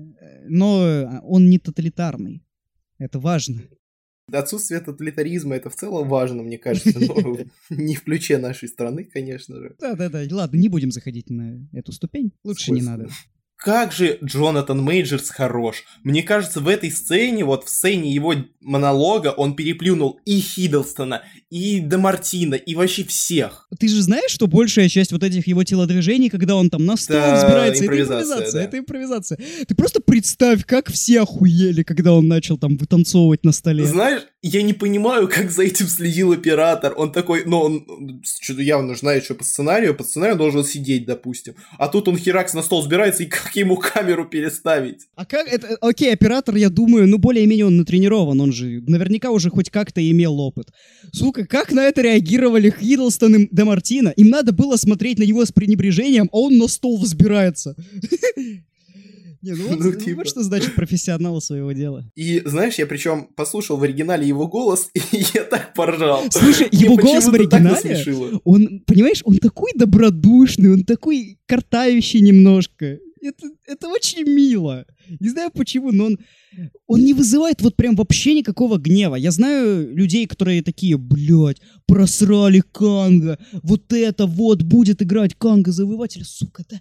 A: но он не тоталитарный. Это важно.
B: Отсутствие тоталитаризма — это в целом важно, мне кажется, но не в ключе нашей страны, конечно же.
A: Да, ладно, не будем заходить на эту ступень. Лучше не надо.
B: Как же Джонатан Мейджерс хорош. Мне кажется, в этой сцене, вот в сцене его монолога, он переплюнул и Хиддлстона, и Де Мартина, и вообще всех.
A: Ты же знаешь, что большая часть вот этих его телодвижений, когда он там на стол взбирается, это импровизация. Ты просто представь, как все охуели, когда он начал там вытанцовывать на столе.
B: Знаешь, я не понимаю, как за этим следил оператор. Он такой, он что-то явно знает, что по сценарию он должен сидеть, допустим. А тут он херакс на стол взбирается, и как ему камеру переставить?
A: А как это? Окей, оператор, я думаю, более-менее он натренирован, он же наверняка уже хоть как-то имел опыт. Сука, как на это реагировали Хиддлстон и Де Мартина? Им надо было смотреть на него с пренебрежением, а он на стол взбирается. Вот что значит профессионал своего дела.
B: И знаешь, я причем послушал в оригинале его голос, и я так поржал.
A: Слушай, его голос в оригинале, он, понимаешь, он такой добродушный, он такой картающий немножко. Это очень мило. Не знаю почему, но он не вызывает вот прям вообще никакого гнева. Я знаю людей, которые такие, блядь, просрали Канга, вот это вот будет играть Канга-завоевателя, сука, да...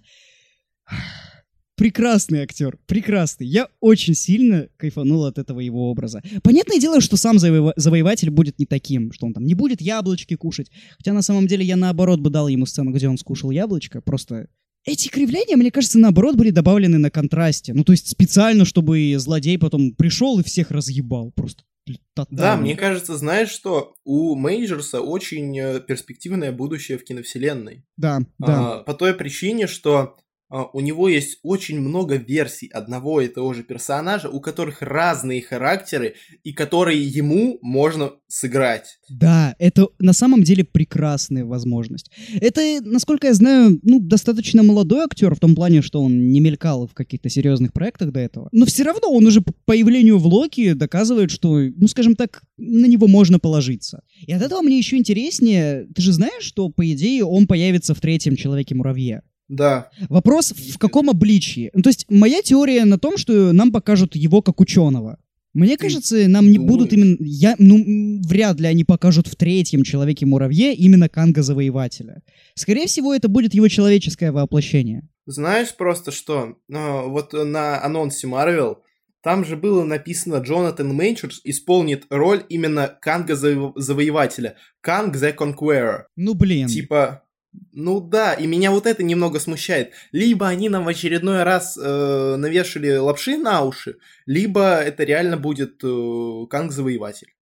A: Прекрасный актер, прекрасный. Я очень сильно кайфанул от этого его образа. Понятное дело, что сам завоеватель будет не таким, что он там не будет яблочки кушать. Хотя на самом деле я наоборот бы дал ему сцену, где он скушал яблочко. Просто эти кривляния, мне кажется, наоборот были добавлены на контрасте. Ну, то есть специально, чтобы злодей потом пришел и всех разъебал. Просто тотально.
B: Да, мне кажется, знаешь что? У Мейджерса очень перспективное будущее в киновселенной.
A: Да.
B: По той причине, что... у него есть очень много версий одного и того же персонажа, у которых разные характеры, и которые ему можно сыграть.
A: Да, это на самом деле прекрасная возможность. Это, насколько я знаю, достаточно молодой актер, в том плане, что он не мелькал в каких-то серьезных проектах до этого. Но все равно он уже по появлению в Локи доказывает, что, скажем так, на него можно положиться. И от этого мне еще интереснее, ты же знаешь, что, по идее, он появится в 3-м Человеке-муравье?
B: Да.
A: Вопрос, в каком обличии? То есть моя теория на том, что нам покажут его как ученого. Мне кажется, нам не будут именно... вряд ли они покажут в 3-м Человеке-муравье именно Канга-завоевателя. Скорее всего, это будет его человеческое воплощение.
B: Знаешь просто что? Вот на анонсе Marvel там же было написано, Джонатан Мейджерс исполнит роль именно Канга-завоевателя. Канг the Conqueror.
A: Блин.
B: Типа... да, и меня вот это немного смущает. Либо они нам в очередной раз навешали лапши на уши, либо это реально будет Канг-завоеватель.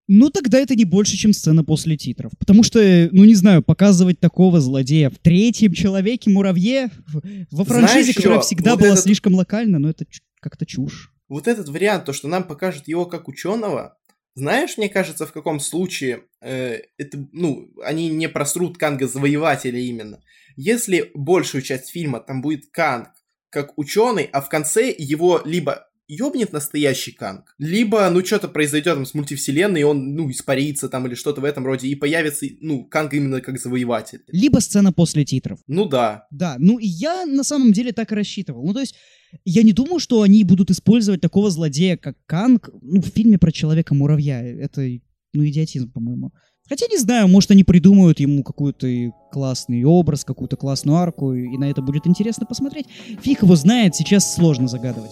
A: Ну, тогда это не больше, чем сцена после титров. Потому что, ну, не знаю, показывать такого злодея в третьем Человеке-муравье во франшизе,
B: Знаешь,
A: которая
B: чё?
A: всегда
B: Вот
A: была
B: этот-
A: слишком локальна, но это как-то чушь.
B: Вот этот вариант, то, что нам покажут его как ученого, знаешь, мне кажется, в каком случае это, ну, они не просрут Канга-завоевателя именно. Если большую часть фильма там будет Канг как ученый, а в конце его либо ёбнет настоящий Канг, либо, ну, что-то произойдет там с мультивселенной, и он, ну, испарится там или что-то в этом роде, и появится, ну, Канг именно как завоеватель.
A: Либо сцена после титров.
B: Ну да.
A: Да, ну и я на самом деле так и рассчитывал. Ну, то есть, я не думал, что они будут использовать такого злодея, как Канг, ну, в фильме про Человека-муравья. Это, ну, идиотизм, по-моему. Хотя, не знаю, может, они придумают ему какой-то классный образ, какую-то классную арку, и на это будет интересно посмотреть. Фиг его знает, сейчас сложно загадывать.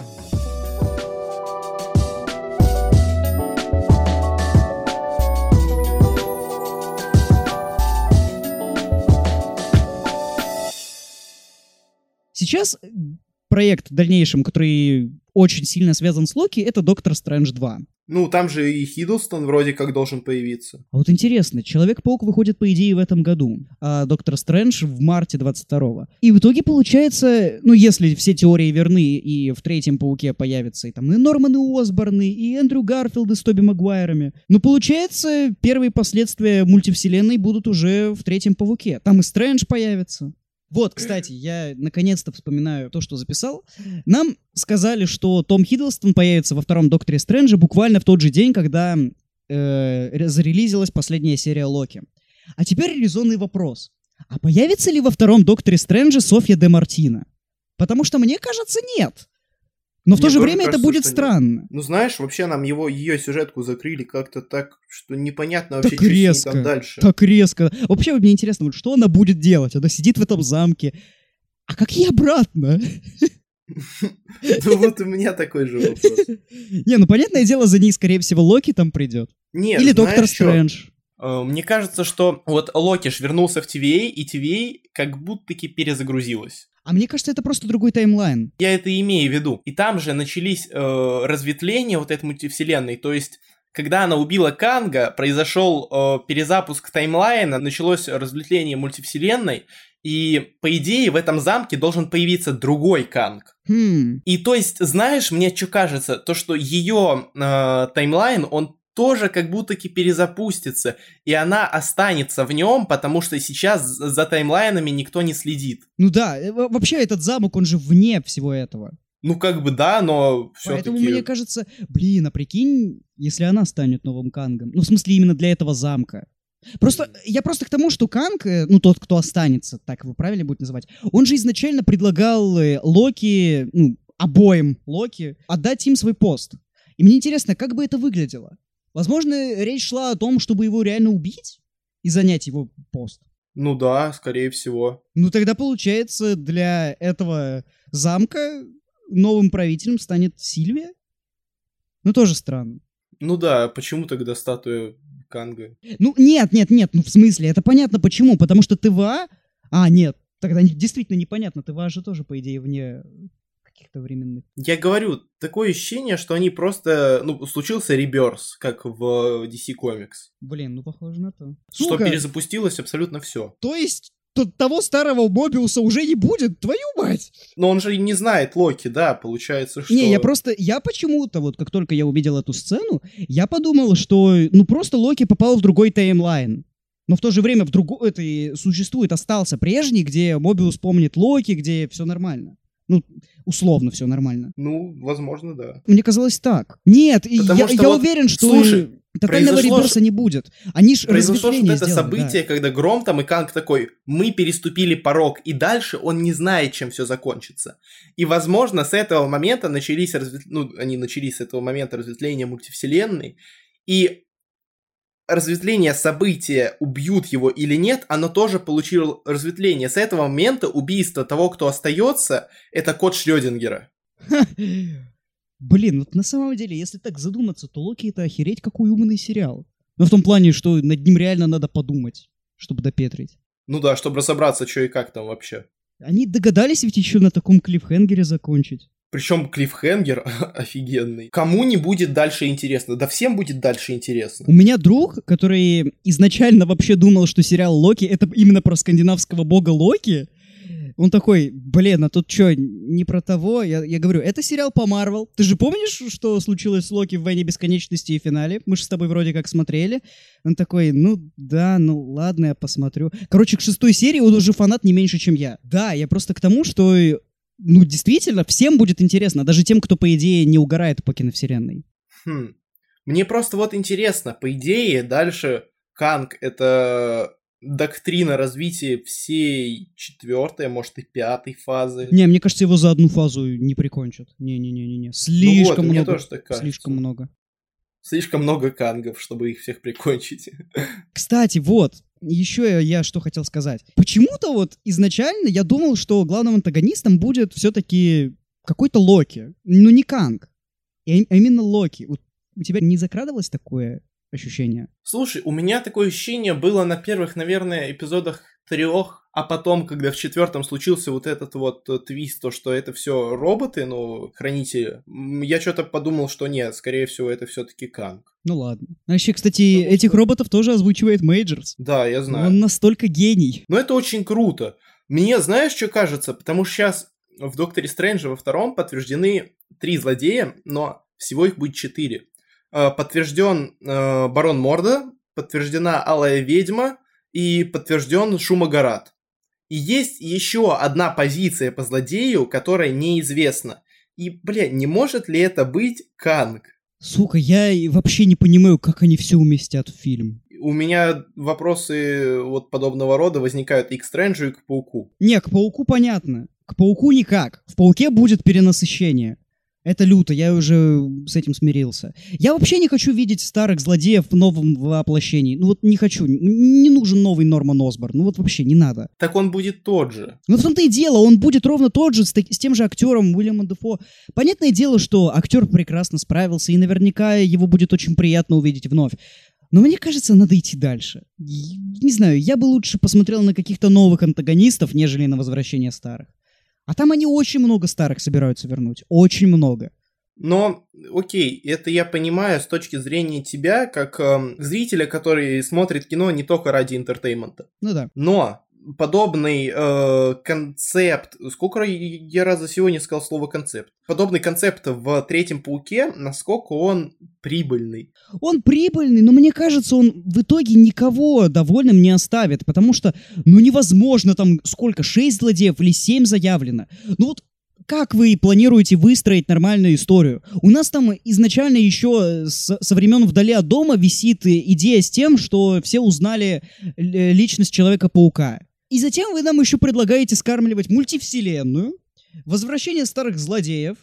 A: Сейчас проект в дальнейшем, который очень сильно связан с Локи, это Доктор Стрэндж 2.
B: Ну, там же и Хиддлстон вроде как должен появиться.
A: А вот интересно, Человек-паук выходит, по идее, в этом году, а Доктор Стрэндж в марте 22-го. И в итоге получается, ну, если все теории верны, и в третьем Пауке появятся и там и Норманы Осборны, и Эндрю Гарфилды с Тоби Магуайрами, ну, получается, первые последствия мультивселенной будут уже в третьем Пауке. Там и Стрэндж появится. Вот, кстати, я наконец-то вспоминаю то, что записал. Нам сказали, что Том Хиддлстон появится во втором Докторе Стрэнджа буквально в тот же день, когда зарелизилась последняя серия Локи. А теперь резонный вопрос. А появится ли во втором Докторе Стрэнджа Софья де Мартино? Потому что мне кажется, нет. Но в то
B: Мне
A: же
B: тоже
A: время это
B: кажется,
A: будет
B: что нет.
A: странно.
B: Ну, знаешь, вообще нам ее сюжетку закрыли как-то так, что непонятно вообще,
A: Так
B: что с ней
A: резко,
B: там дальше.
A: так резко. Вообще, мне интересно, вот что она будет делать? Она сидит в этом замке. А как ей обратно?
B: Ну, вот у меня такой же вопрос.
A: Не, ну понятное дело, за ней, скорее всего, Локи там придет.
B: Нет,
A: Или Доктор
B: знаешь чё?
A: Стрэндж.
B: Мне кажется, что вот Локи ж вернулся в TVA, и TVA как будто-таки перезагрузилась.
A: А мне кажется, это просто другой таймлайн.
B: Я это имею в виду. И там же начались разветвления вот этой мультивселенной, то есть когда она убила Канга, произошел перезапуск таймлайна, началось разветвление мультивселенной, и, по идее, в этом замке должен появиться другой Канг. И, то есть, знаешь, мне что кажется, то, что ее таймлайн, он тоже как будто-таки перезапустится, и она останется в нем, потому что сейчас за таймлайнами никто не следит.
A: Ну да, вообще этот замок, он же вне всего этого.
B: Ну, как бы да, но все-таки...
A: Поэтому мне кажется, блин, а прикинь, если она станет новым Кангом. Ну, в смысле, именно для этого замка. Я просто к тому, что Канг, ну, тот, кто останется, так его правильно будет называть, он же изначально предлагал Локи, ну, обоим Локи, отдать им свой пост. И мне интересно, как бы это выглядело? Возможно, речь шла о том, чтобы его реально убить и занять его пост.
B: Ну да, скорее всего.
A: Ну, тогда, получается, для этого замка новым правителем станет Сильвия? Ну, тоже странно.
B: Ну да, почему тогда статуя Канга?
A: Ну, нет, ну, в смысле, это понятно почему, потому что ТВА... А, нет, тогда действительно непонятно, ТВА же тоже, по идее, вне каких-то временных...
B: Я говорю, такое ощущение, что они просто... Ну, случился реберс, как в DC Comics.
A: Блин, ну, похоже на то.
B: Что
A: Сука,
B: перезапустилось абсолютно все.
A: то есть того старого Мобиуса уже не будет, твою мать!
B: Но он же не знает Локи, да, получается, что...
A: Не, я почему-то, вот как только я увидел эту сцену, я подумал, что, ну, просто Локи попал в другой таймлайн. Но в то же время это существует, остался прежний, где Мобиус помнит Локи, где все нормально. Ну, условно все нормально.
B: Ну, возможно, да.
A: Мне казалось так. Нет,
B: Потому что
A: я
B: вот,
A: уверен, что
B: слушай,
A: тотального реберса не будет. Они ж
B: произошло
A: разветвление
B: что-то
A: сделали,
B: событие,
A: да.
B: когда Гром там и Канг такой, мы переступили порог, и дальше он не знает, чем все закончится. И, возможно, с этого момента они начались с этого момента разветвления мультивселенной, и разветвление события, убьют его или нет, оно тоже получило разветвление. С этого момента убийство того, кто остается, это кот Шрёдингера.
A: Блин, вот на самом деле, если так задуматься, то Локи — это охереть какой умный сериал. Ну, в том плане, что над ним реально надо подумать, чтобы допетрить.
B: Ну да, чтобы разобраться, что и как там вообще.
A: Они догадались ведь еще на таком клиффхенгере закончить.
B: Причем клиффхенгер офигенный. Кому не будет дальше интересно? Да всем будет дальше интересно.
A: У меня друг, который изначально вообще думал, что сериал Локи — это именно про скандинавского бога Локи. Он такой, блин, а тут что, не про того? Я говорю, это сериал по Марвел. Ты же помнишь, что случилось с Локи в «Войне бесконечности» и финале? Мы же с тобой вроде как смотрели. Он такой, ну да, ну ладно, я посмотрю. Короче, к 6 серии он уже фанат не меньше, чем я. Да, я просто к тому, что, ну действительно, всем будет интересно. Даже тем, кто, по идее, не угорает по киновселенной.
B: Мне просто вот интересно, по идее, дальше Канг — это... доктрина развития всей 4-й, может и 5-й фазы.
A: Не, мне кажется, его за одну фазу не прикончат. Не. Слишком много.
B: Мне тоже так кажется.
A: Слишком много.
B: Слишком много кангов, чтобы их всех прикончить.
A: Кстати, вот, еще я что хотел сказать. Почему-то вот изначально я думал, что главным антагонистом будет все-таки какой-то Локи. Ну, не Канг, а именно Локи. Вот у тебя не закрадывалось такое ощущение?
B: Слушай, у меня такое ощущение было на первых, наверное, эпизодах 3, а потом, когда в 4-м случился вот этот вот твист, то, что это все роботы, ну, хранители, я что-то подумал, что нет, скорее всего, это все-таки Канг.
A: Ну ладно. А еще, кстати, этих роботов тоже озвучивает Мейджерс.
B: Да, я знаю.
A: Он настолько гений.
B: Но это очень круто. Мне, знаешь, что кажется? Потому что сейчас в Докторе Стрэнджа во 2-м подтверждены 3 злодея, но всего их будет 4. Подтвержден Барон Морда, подтверждена Алая Ведьма и подтвержден Шумогарат. И есть еще одна позиция по злодею, которая неизвестна. И, не может ли это быть Канг?
A: Сука, я вообще не понимаю, как они все уместят в фильм.
B: У меня вопросы вот подобного рода возникают и к Стрэнджу, и к Пауку.
A: Не, к Пауку понятно. К Пауку никак. В Пауке будет перенасыщение. Это люто, я уже с этим смирился. Я вообще не хочу видеть старых злодеев в новом воплощении. Ну вот не хочу. Не нужен новый Норман Осборн. Ну вот вообще не надо.
B: Так он будет тот же.
A: Ну в том-то и дело, он будет ровно тот же, с тем же актером Уильямом Дефо. Понятное дело, что актер прекрасно справился, и наверняка его будет очень приятно увидеть вновь. Но мне кажется, надо идти дальше. Не знаю, я бы лучше посмотрел на каких-то новых антагонистов, нежели на возвращение старых. А там они очень много старых собираются вернуть. Очень много.
B: Но, окей, это я понимаю с точки зрения тебя, как зрителя, который смотрит кино не только ради интертеймента.
A: Ну да.
B: Но подобный концепт... Сколько я раз за сегодня сказал слово концепт? Подобный концепт в «Третьем Пауке», насколько он прибыльный?
A: Он прибыльный, но мне кажется, он в итоге никого довольным не оставит, потому что, ну, невозможно там сколько, 6 злодеев или 7 заявлено. Ну вот как вы планируете выстроить нормальную историю? У нас там изначально еще со времен «Вдали от дома» висит идея с тем, что все узнали личность Человека-паука. И затем вы нам еще предлагаете скармливать мультивселенную, возвращение старых злодеев,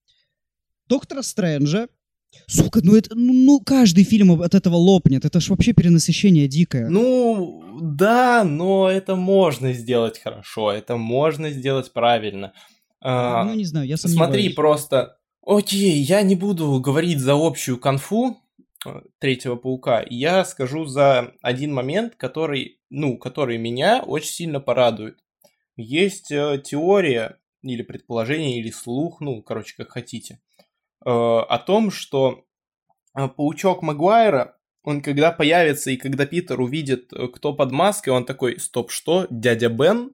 A: Доктора Стрэнджа. Сука, ну это, ну каждый фильм от этого лопнет. Это ж вообще перенасыщение дикое.
B: Ну, да, но это можно сделать хорошо, это можно сделать правильно.
A: Ну, не знаю, я сомневаюсь.
B: Смотри, просто... Окей, я не буду говорить за общую конфу Третьего Паука. Я скажу за один момент, который меня очень сильно порадует. Есть теория, или предположение, или слух, как хотите, о том, что паучок Магуайра, он когда появится и когда Питер увидит, кто под маской, он такой: стоп, что? Дядя Бен?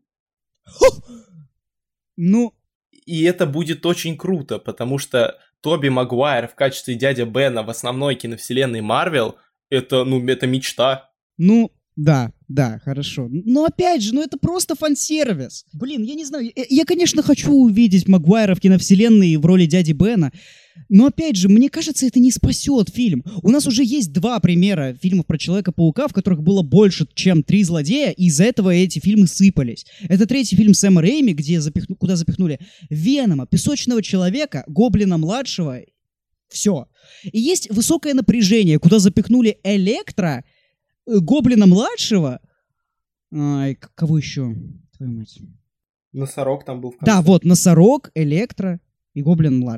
A: Ну...
B: И это будет очень круто, потому что Тоби Магуайр в качестве дяди Бена в основной киновселенной Марвел — это мечта.
A: Ну, да, хорошо. Но опять же, это просто фан-сервис. Блин, я не знаю, я, конечно, хочу увидеть Магуайра в киновселенной в роли дяди Бена, но опять же, мне кажется, это не спасет фильм. У нас уже есть 2 примера фильмов про Человека-паука, в которых было больше, чем 3 злодея, и из-за этого эти фильмы сыпались. Это 3-й фильм Сэма Рэйми, куда запихнули Венома, Песочного Человека, Гоблина-младшего, все. И есть Высокое напряжение, куда запихнули Электро, Гоблина-младшего, кого еще? Твою мать.
B: Носорог там был в конце.
A: Да, вот, Носорог, Электро и Гоблин-младший.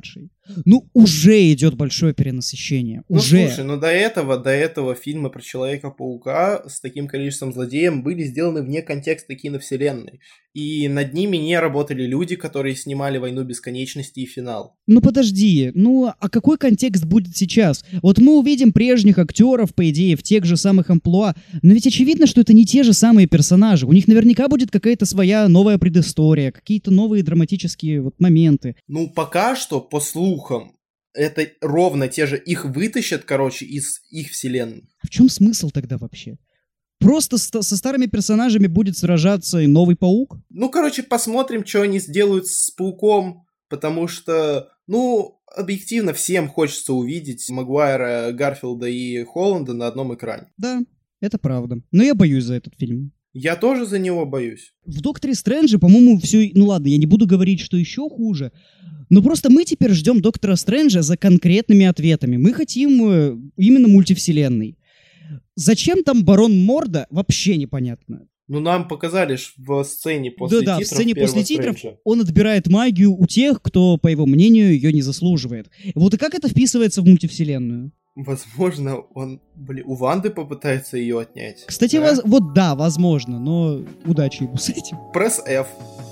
A: Ну, уже идет большое перенасыщение.
B: Ну,
A: Уже.
B: слушай, до этого фильмы про Человека-паука с таким количеством злодеев были сделаны вне контекста киновселенной. И над ними не работали люди, которые снимали «Войну бесконечности» и «Финал».
A: Ну подожди, а какой контекст будет сейчас? Вот мы увидим прежних актеров, по идее, в тех же самых амплуа, но ведь очевидно, что это не те же самые персонажи. У них наверняка будет какая-то своя новая предыстория, какие-то новые драматические моменты.
B: Ну, пока что, по слухам, это ровно те же, их вытащат, из их вселенной.
A: А в чем смысл тогда вообще? Просто со старыми персонажами будет сражаться и новый паук?
B: Посмотрим, что они сделают с пауком, потому что, объективно, всем хочется увидеть Магуайра, Гарфилда и Холланда на одном экране.
A: Да, это правда. Но я боюсь за этот фильм.
B: Я тоже за него боюсь.
A: В «Докторе Стрэнджи», по-моему, все... Ну ладно, я не буду говорить, что еще хуже, но просто мы теперь ждем Доктора Стрэнджа за конкретными ответами. Мы хотим именно мультивселенной. Зачем там Барон Морда, вообще непонятно.
B: Нам показали в сцене после титров.
A: Да, в сцене после титров
B: Стрэнджа.
A: он отбирает магию у тех, кто, по его мнению, ее не заслуживает. Вот и как это вписывается в мультивселенную?
B: Возможно, он, у Ванды попытается ее отнять.
A: Кстати, возможно, но удачи ему с этим.
B: Пресс F.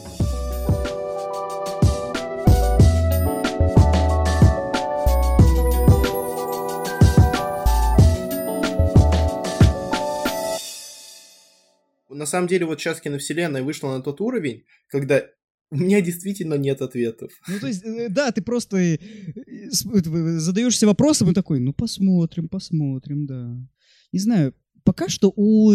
B: На самом деле, сейчас киновселенная вышла на тот уровень, когда у меня действительно нет ответов.
A: Ну, то есть, да, ты просто задаешься вопросом и такой, посмотрим, да. Не знаю, пока что у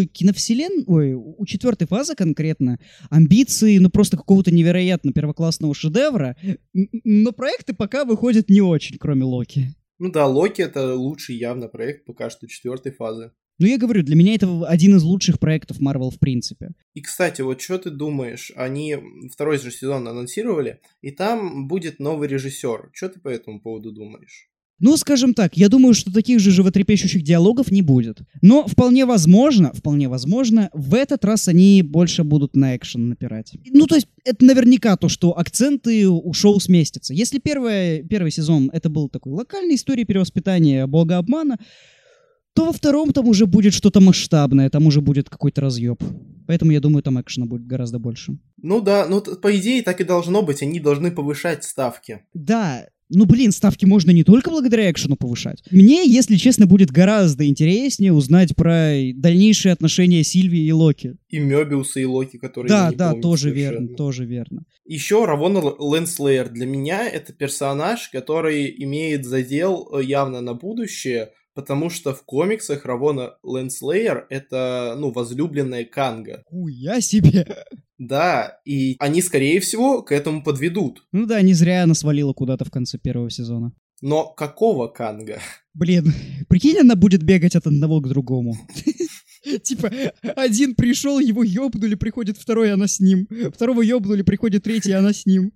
A: у четвертой фазы конкретно амбиции, просто какого-то невероятно первоклассного шедевра, но проекты пока выходят не очень, кроме Локи.
B: Локи — это лучший явно проект пока что четвертой фазы.
A: Я говорю, для меня это один из лучших проектов Marvel в принципе.
B: И, кстати, что ты думаешь? Они второй же сезон анонсировали, и там будет новый режиссер. Что ты по этому поводу думаешь?
A: Скажем так, я думаю, что таких же животрепещущих диалогов не будет. Но вполне возможно, в этот раз они больше будут на экшен напирать. То есть, это наверняка то, что акценты у шоу сместятся. Если первый сезон это был такой локальной историей перевоспитания бога обмана, то во втором там уже будет что-то масштабное, там уже будет какой-то разъеб. Поэтому, я думаю, там экшена будет гораздо больше.
B: По идее, так и должно быть, они должны повышать ставки.
A: Да, ставки можно не только благодаря экшену повышать. Мне, если честно, будет гораздо интереснее узнать про дальнейшие отношения Сильвии и Локи.
B: И Мёбиуса и Локи, которые
A: да,
B: я не помню
A: тоже
B: совершенно.
A: верно, тоже верно.
B: Еще Равона Лэнслейер. Для меня это персонаж, который имеет задел явно на будущее, потому что в комиксах Равона Лэнслейер — это, возлюбленная Канга.
A: Хуя себе!
B: Да, и они, скорее всего, к этому подведут.
A: Не зря она свалила куда-то в конце первого сезона.
B: Но какого Канга?
A: Блин, прикинь, она будет бегать от одного к другому. Типа, один пришел, его ёбнули, приходит второй, она с ним. Второго ёбнули, приходит третий, она с ним.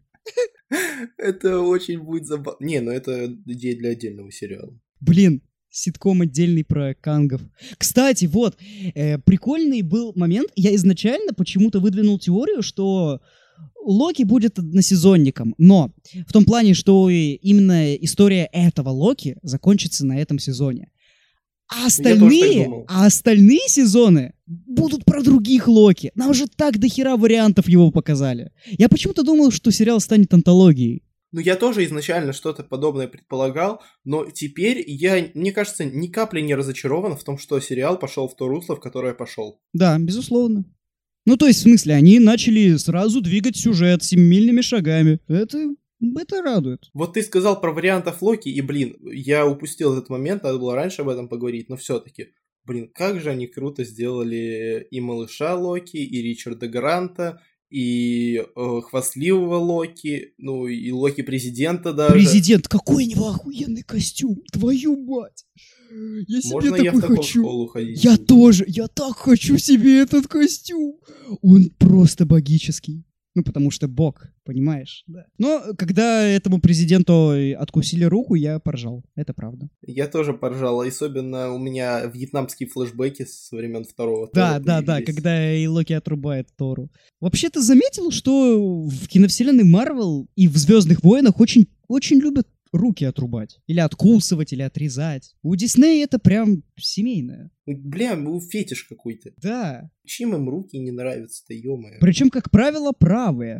B: Это очень будет забавно. Это идея для отдельного сериала.
A: Блин, ситком отдельный про кангов. Кстати, прикольный был момент. Я изначально почему-то выдвинул теорию, что Локи будет односезонником, но в том плане, что именно история этого Локи закончится на этом сезоне. А остальные сезоны будут про других Локи. Нам же так дохера вариантов его показали. Я почему-то думал, что сериал станет антологией.
B: Я тоже изначально что-то подобное предполагал, но теперь я, мне кажется, ни капли не разочарован в том, что сериал пошел в то русло, в которое пошел.
A: Да, безусловно. То есть, в смысле, они начали сразу двигать сюжет семимильными шагами. Это радует.
B: Вот ты сказал про вариантов Локи, и, я упустил этот момент, надо было раньше об этом поговорить, но все-таки, как же они круто сделали и малыша Локи, и Ричарда Гранта, и хвастливого Локи, и Локи президента даже.
A: Президент, какой у него охуенный костюм, твою мать! Я себе
B: Можно
A: такой
B: я в такую
A: хочу.
B: школу ходить?
A: Я тоже, я так хочу себе этот костюм. Он просто богический. Потому что бог, понимаешь? Да. Но когда этому президенту откусили руку, я поржал. Это правда.
B: Я тоже поржал. Особенно у меня вьетнамские флешбеки со времен второго
A: Тора. Да, когда и Локи отрубает Тору. Вообще, ты заметил, что в киновселенной Марвел и в «Звездных войнах» очень любят руки отрубать. Или откусывать, или отрезать. У Диснея это прям семейное.
B: Бля, фетиш какой-то.
A: Да.
B: Чем им руки не нравятся-то, ё-моё?
A: Причем, как правило, правые.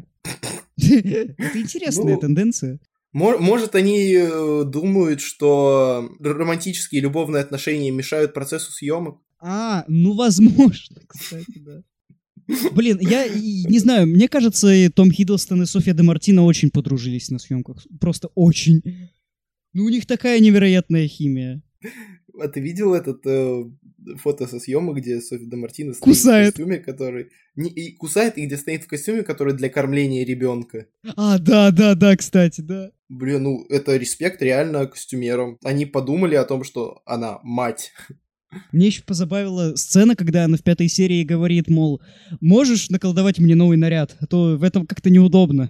A: Это интересная тенденция.
B: Может, они думают, что романтические и любовные отношения мешают процессу съемок?
A: Ну, возможно, кстати, да. Блин, я не знаю, мне кажется, и Том Хиддлстон и Софья де Мартино очень подружились на съемках. Просто очень. Ну, у них такая невероятная химия.
B: А ты видел этот фото со съемок, где Софья де Мартино стоит
A: Кусает.
B: в костюме, который... И кусает, и где стоит в костюме, который для кормления ребенка.
A: Да, кстати, да.
B: Блин, ну, это респект реально костюмерам. Они подумали о том, что она мать.
A: Мне еще позабавила сцена, когда она в 5 серии говорит, мол, можешь наколдовать мне новый наряд, а то в этом как-то неудобно.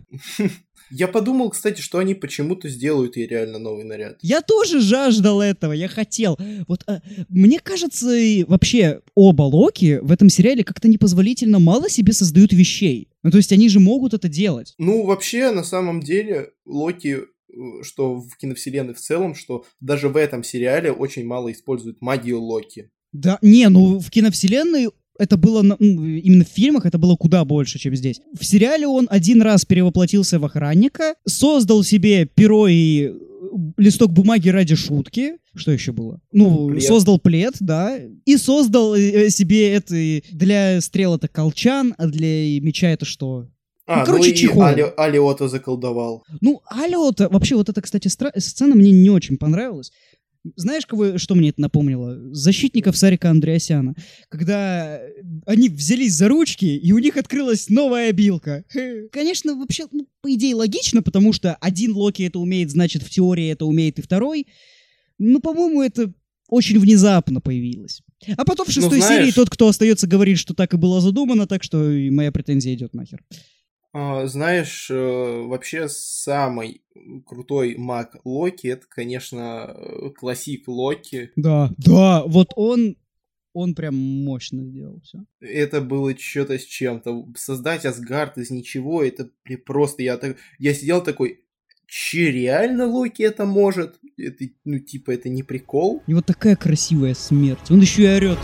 B: Я подумал, кстати, что они почему-то сделают ей реально новый наряд.
A: Я тоже жаждал этого, я хотел. Вот мне кажется, и вообще оба Локи в этом сериале как-то непозволительно мало себе создают вещей. Ну, то есть они же могут это делать.
B: Ну, вообще, на самом деле, Локи, что в киновселенной в целом, что даже в этом сериале очень мало используют магию Локи.
A: Да, ну в киновселенной это было, именно в фильмах это было куда больше, чем здесь. В сериале он один раз перевоплотился в охранника, создал себе перо и листок бумаги ради шутки. Что еще было? Ну, плед. Создал плед, да. И создал себе это для стрел это колчан, а для меча это что?
B: Короче, чехол. Алиота заколдовал.
A: Ну, Алиота, вообще вот эта, кстати, сцена мне не очень понравилась. Знаешь, что мне это напомнило? Защитников Сарика Андреасяна. Когда они взялись за ручки, и у них открылась новая обилка. Конечно, вообще, по идее, логично, потому что один Локи это умеет, значит, в теории это умеет и второй. Но, по-моему, это очень внезапно появилось. А потом в 6 серии тот, кто остается, говорит, что так и было задумано, так что и моя претензия идет нахер.
B: Знаешь, вообще самый крутой маг Локи, это, конечно, классик Локи.
A: Да, вот он прям мощно сделал все.
B: Это было что-то с чем-то. Создать Асгард из ничего, это просто... Я сидел такой, че, реально Локи это может? Это, это не прикол?
A: И вот такая красивая смерть. Он еще и орет.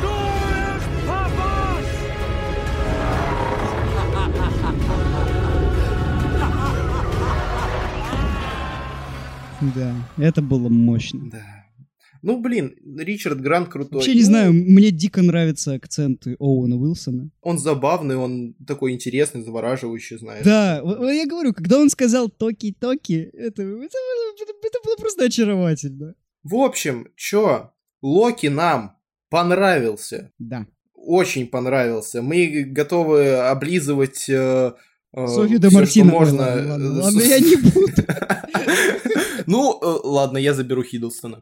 A: Да, это было мощно.
B: Да. Ну, блин, Ричард Грант крутой.
A: Вообще не знаю, мне дико нравятся акценты Оуэна Уилсона.
B: Он забавный, он такой интересный, завораживающий, знаешь.
A: Да, я говорю, когда он сказал «токи-токи», это было просто очаровательно.
B: В общем, Локи нам понравился.
A: Да.
B: Очень понравился. Мы готовы облизывать...
A: Софью де Мартино. Ладно, я не буду.
B: Ну, ладно, я заберу Хиддлстона.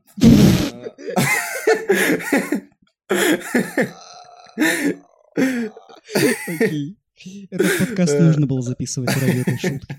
A: Окей. Этот подкаст нужно было записывать ради этой шутки.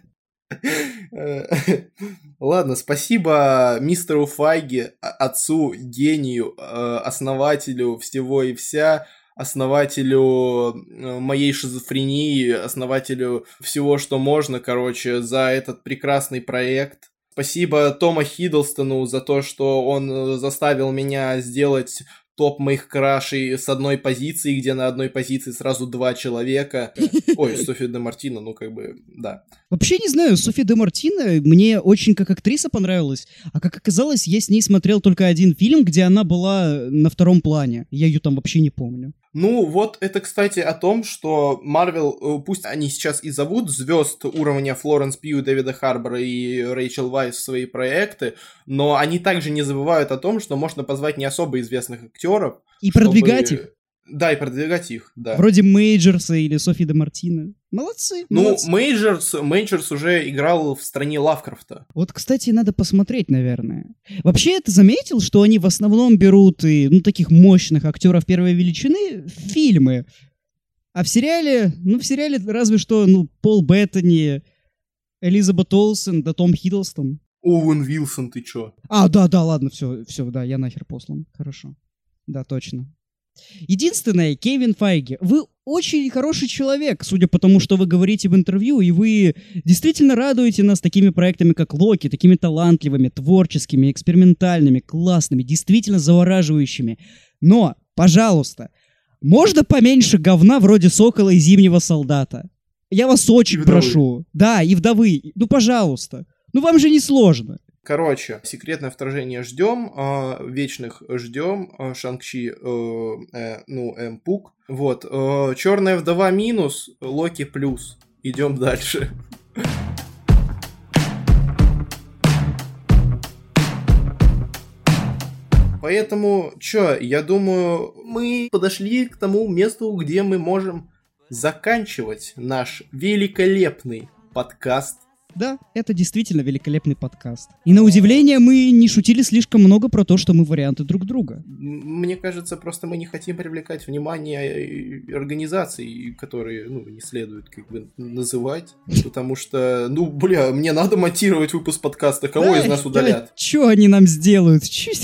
B: Ладно, спасибо мистеру Файге, отцу, гению, основателю всего и вся, основателю моей шизофрении, основателю всего, что можно, за этот прекрасный проект. Спасибо Тому Хиддлстону за то, что он заставил меня сделать топ моих крашей с одной позиции, где на одной позиции сразу 2 человека. Ой, Софья де Мартино, да.
A: Вообще не знаю, Софья де Мартино мне очень как актриса понравилась, а как оказалось, я с ней смотрел только один фильм, где она была на втором плане. Я ее там вообще не помню.
B: Ну, вот это, кстати, о том, что Marvel, пусть они сейчас и зовут звезд уровня Флоренс Пью, Дэвида Харбора и Рэйчел Вайс в свои проекты, но они также не забывают о том, что можно позвать не особо известных актеров.
A: И продвигать их.
B: Да, и продвигать их, да.
A: Вроде Мейджерса или Софьи де Мартино. Молодцы.
B: Ну, Мейджерс уже играл в «Стране Лавкрафта».
A: Вот, кстати, надо посмотреть, наверное. Вообще, ты заметил, что они в основном берут таких мощных актеров первой величины в фильмы? А в сериале разве что, Пол Беттани, Элизабет Олсен, да Том Хиддлстон.
B: Оуэн Вилсон, ты чё?
A: Да, ладно, все, да, я нахер послан. Хорошо. Да, точно. Единственное, Кевин Файги, вы очень хороший человек, судя по тому, что вы говорите в интервью, и вы действительно радуете нас такими проектами, как Локи, такими талантливыми, творческими, экспериментальными, классными, действительно завораживающими. Но, пожалуйста, можно поменьше говна вроде «Сокола» и «Зимнего солдата»? Я вас очень прошу. Да, и «Вдовы». Ну, пожалуйста. Ну, вам же не сложно.
B: Короче, секретное вторжение ждем, вечных ждем, Шанг-Чи, Пук. Вот, Черная вдова минус, Локи плюс. Идем дальше. Поэтому, я думаю, мы подошли к тому месту, где мы можем заканчивать наш великолепный подкаст.
A: Да, это действительно великолепный подкаст. И на удивление мы не шутили слишком много про то, что мы варианты друг друга.
B: Мне кажется, просто мы не хотим привлекать внимание организаций, которые, не следует называть, потому что, мне надо монтировать выпуск подкаста, кого из нас удалят?
A: Чё они нам сделают?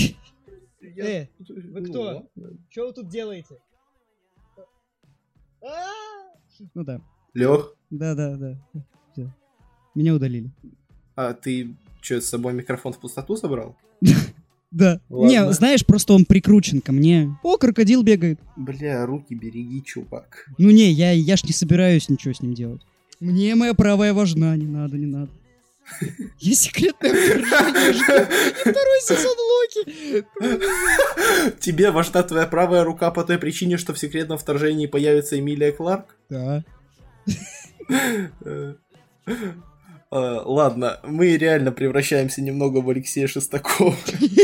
A: Вы кто? Чё вы тут делаете? Ну да.
B: Лёх?
A: Да. Меня удалили.
B: А ты что, с собой микрофон в пустоту забрал?
A: Да.
B: Ладно.
A: Не, знаешь, просто он прикручен ко мне. О, крокодил бегает.
B: Бля, руки береги, чувак.
A: Ну не, я ж не собираюсь ничего с ним делать. Мне моя правая важна, не надо. Я секретное вторжение. Второй сезон Локи.
B: Тебе важна твоя правая рука по той причине, что в секретном вторжении появится Эмилия Кларк?
A: Да.
B: Ладно, мы реально превращаемся немного в Алексея Шестакова.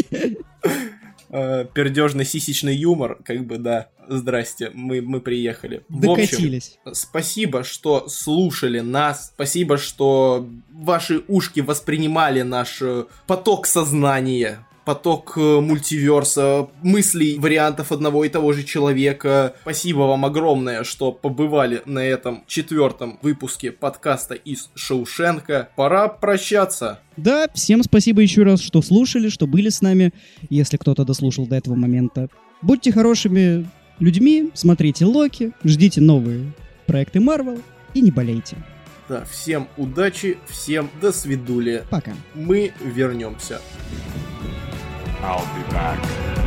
B: Пердежный сисечный юмор, да, здрасте, мы приехали.
A: Докатились.
B: В общем, спасибо, что слушали нас, спасибо, что ваши ушки воспринимали наш поток сознания, поток мультиверса, мыслей, вариантов одного и того же человека. Спасибо вам огромное, что побывали на этом 4-м выпуске подкаста из Шоушенка. Пора прощаться.
A: Да, всем спасибо еще раз, что слушали, что были с нами, если кто-то дослушал до этого момента. Будьте хорошими людьми, смотрите Локи, ждите новые проекты Marvel и не болейте.
B: Да, всем удачи, всем до свидули.
A: Пока.
B: Мы вернемся.
C: I'll be back.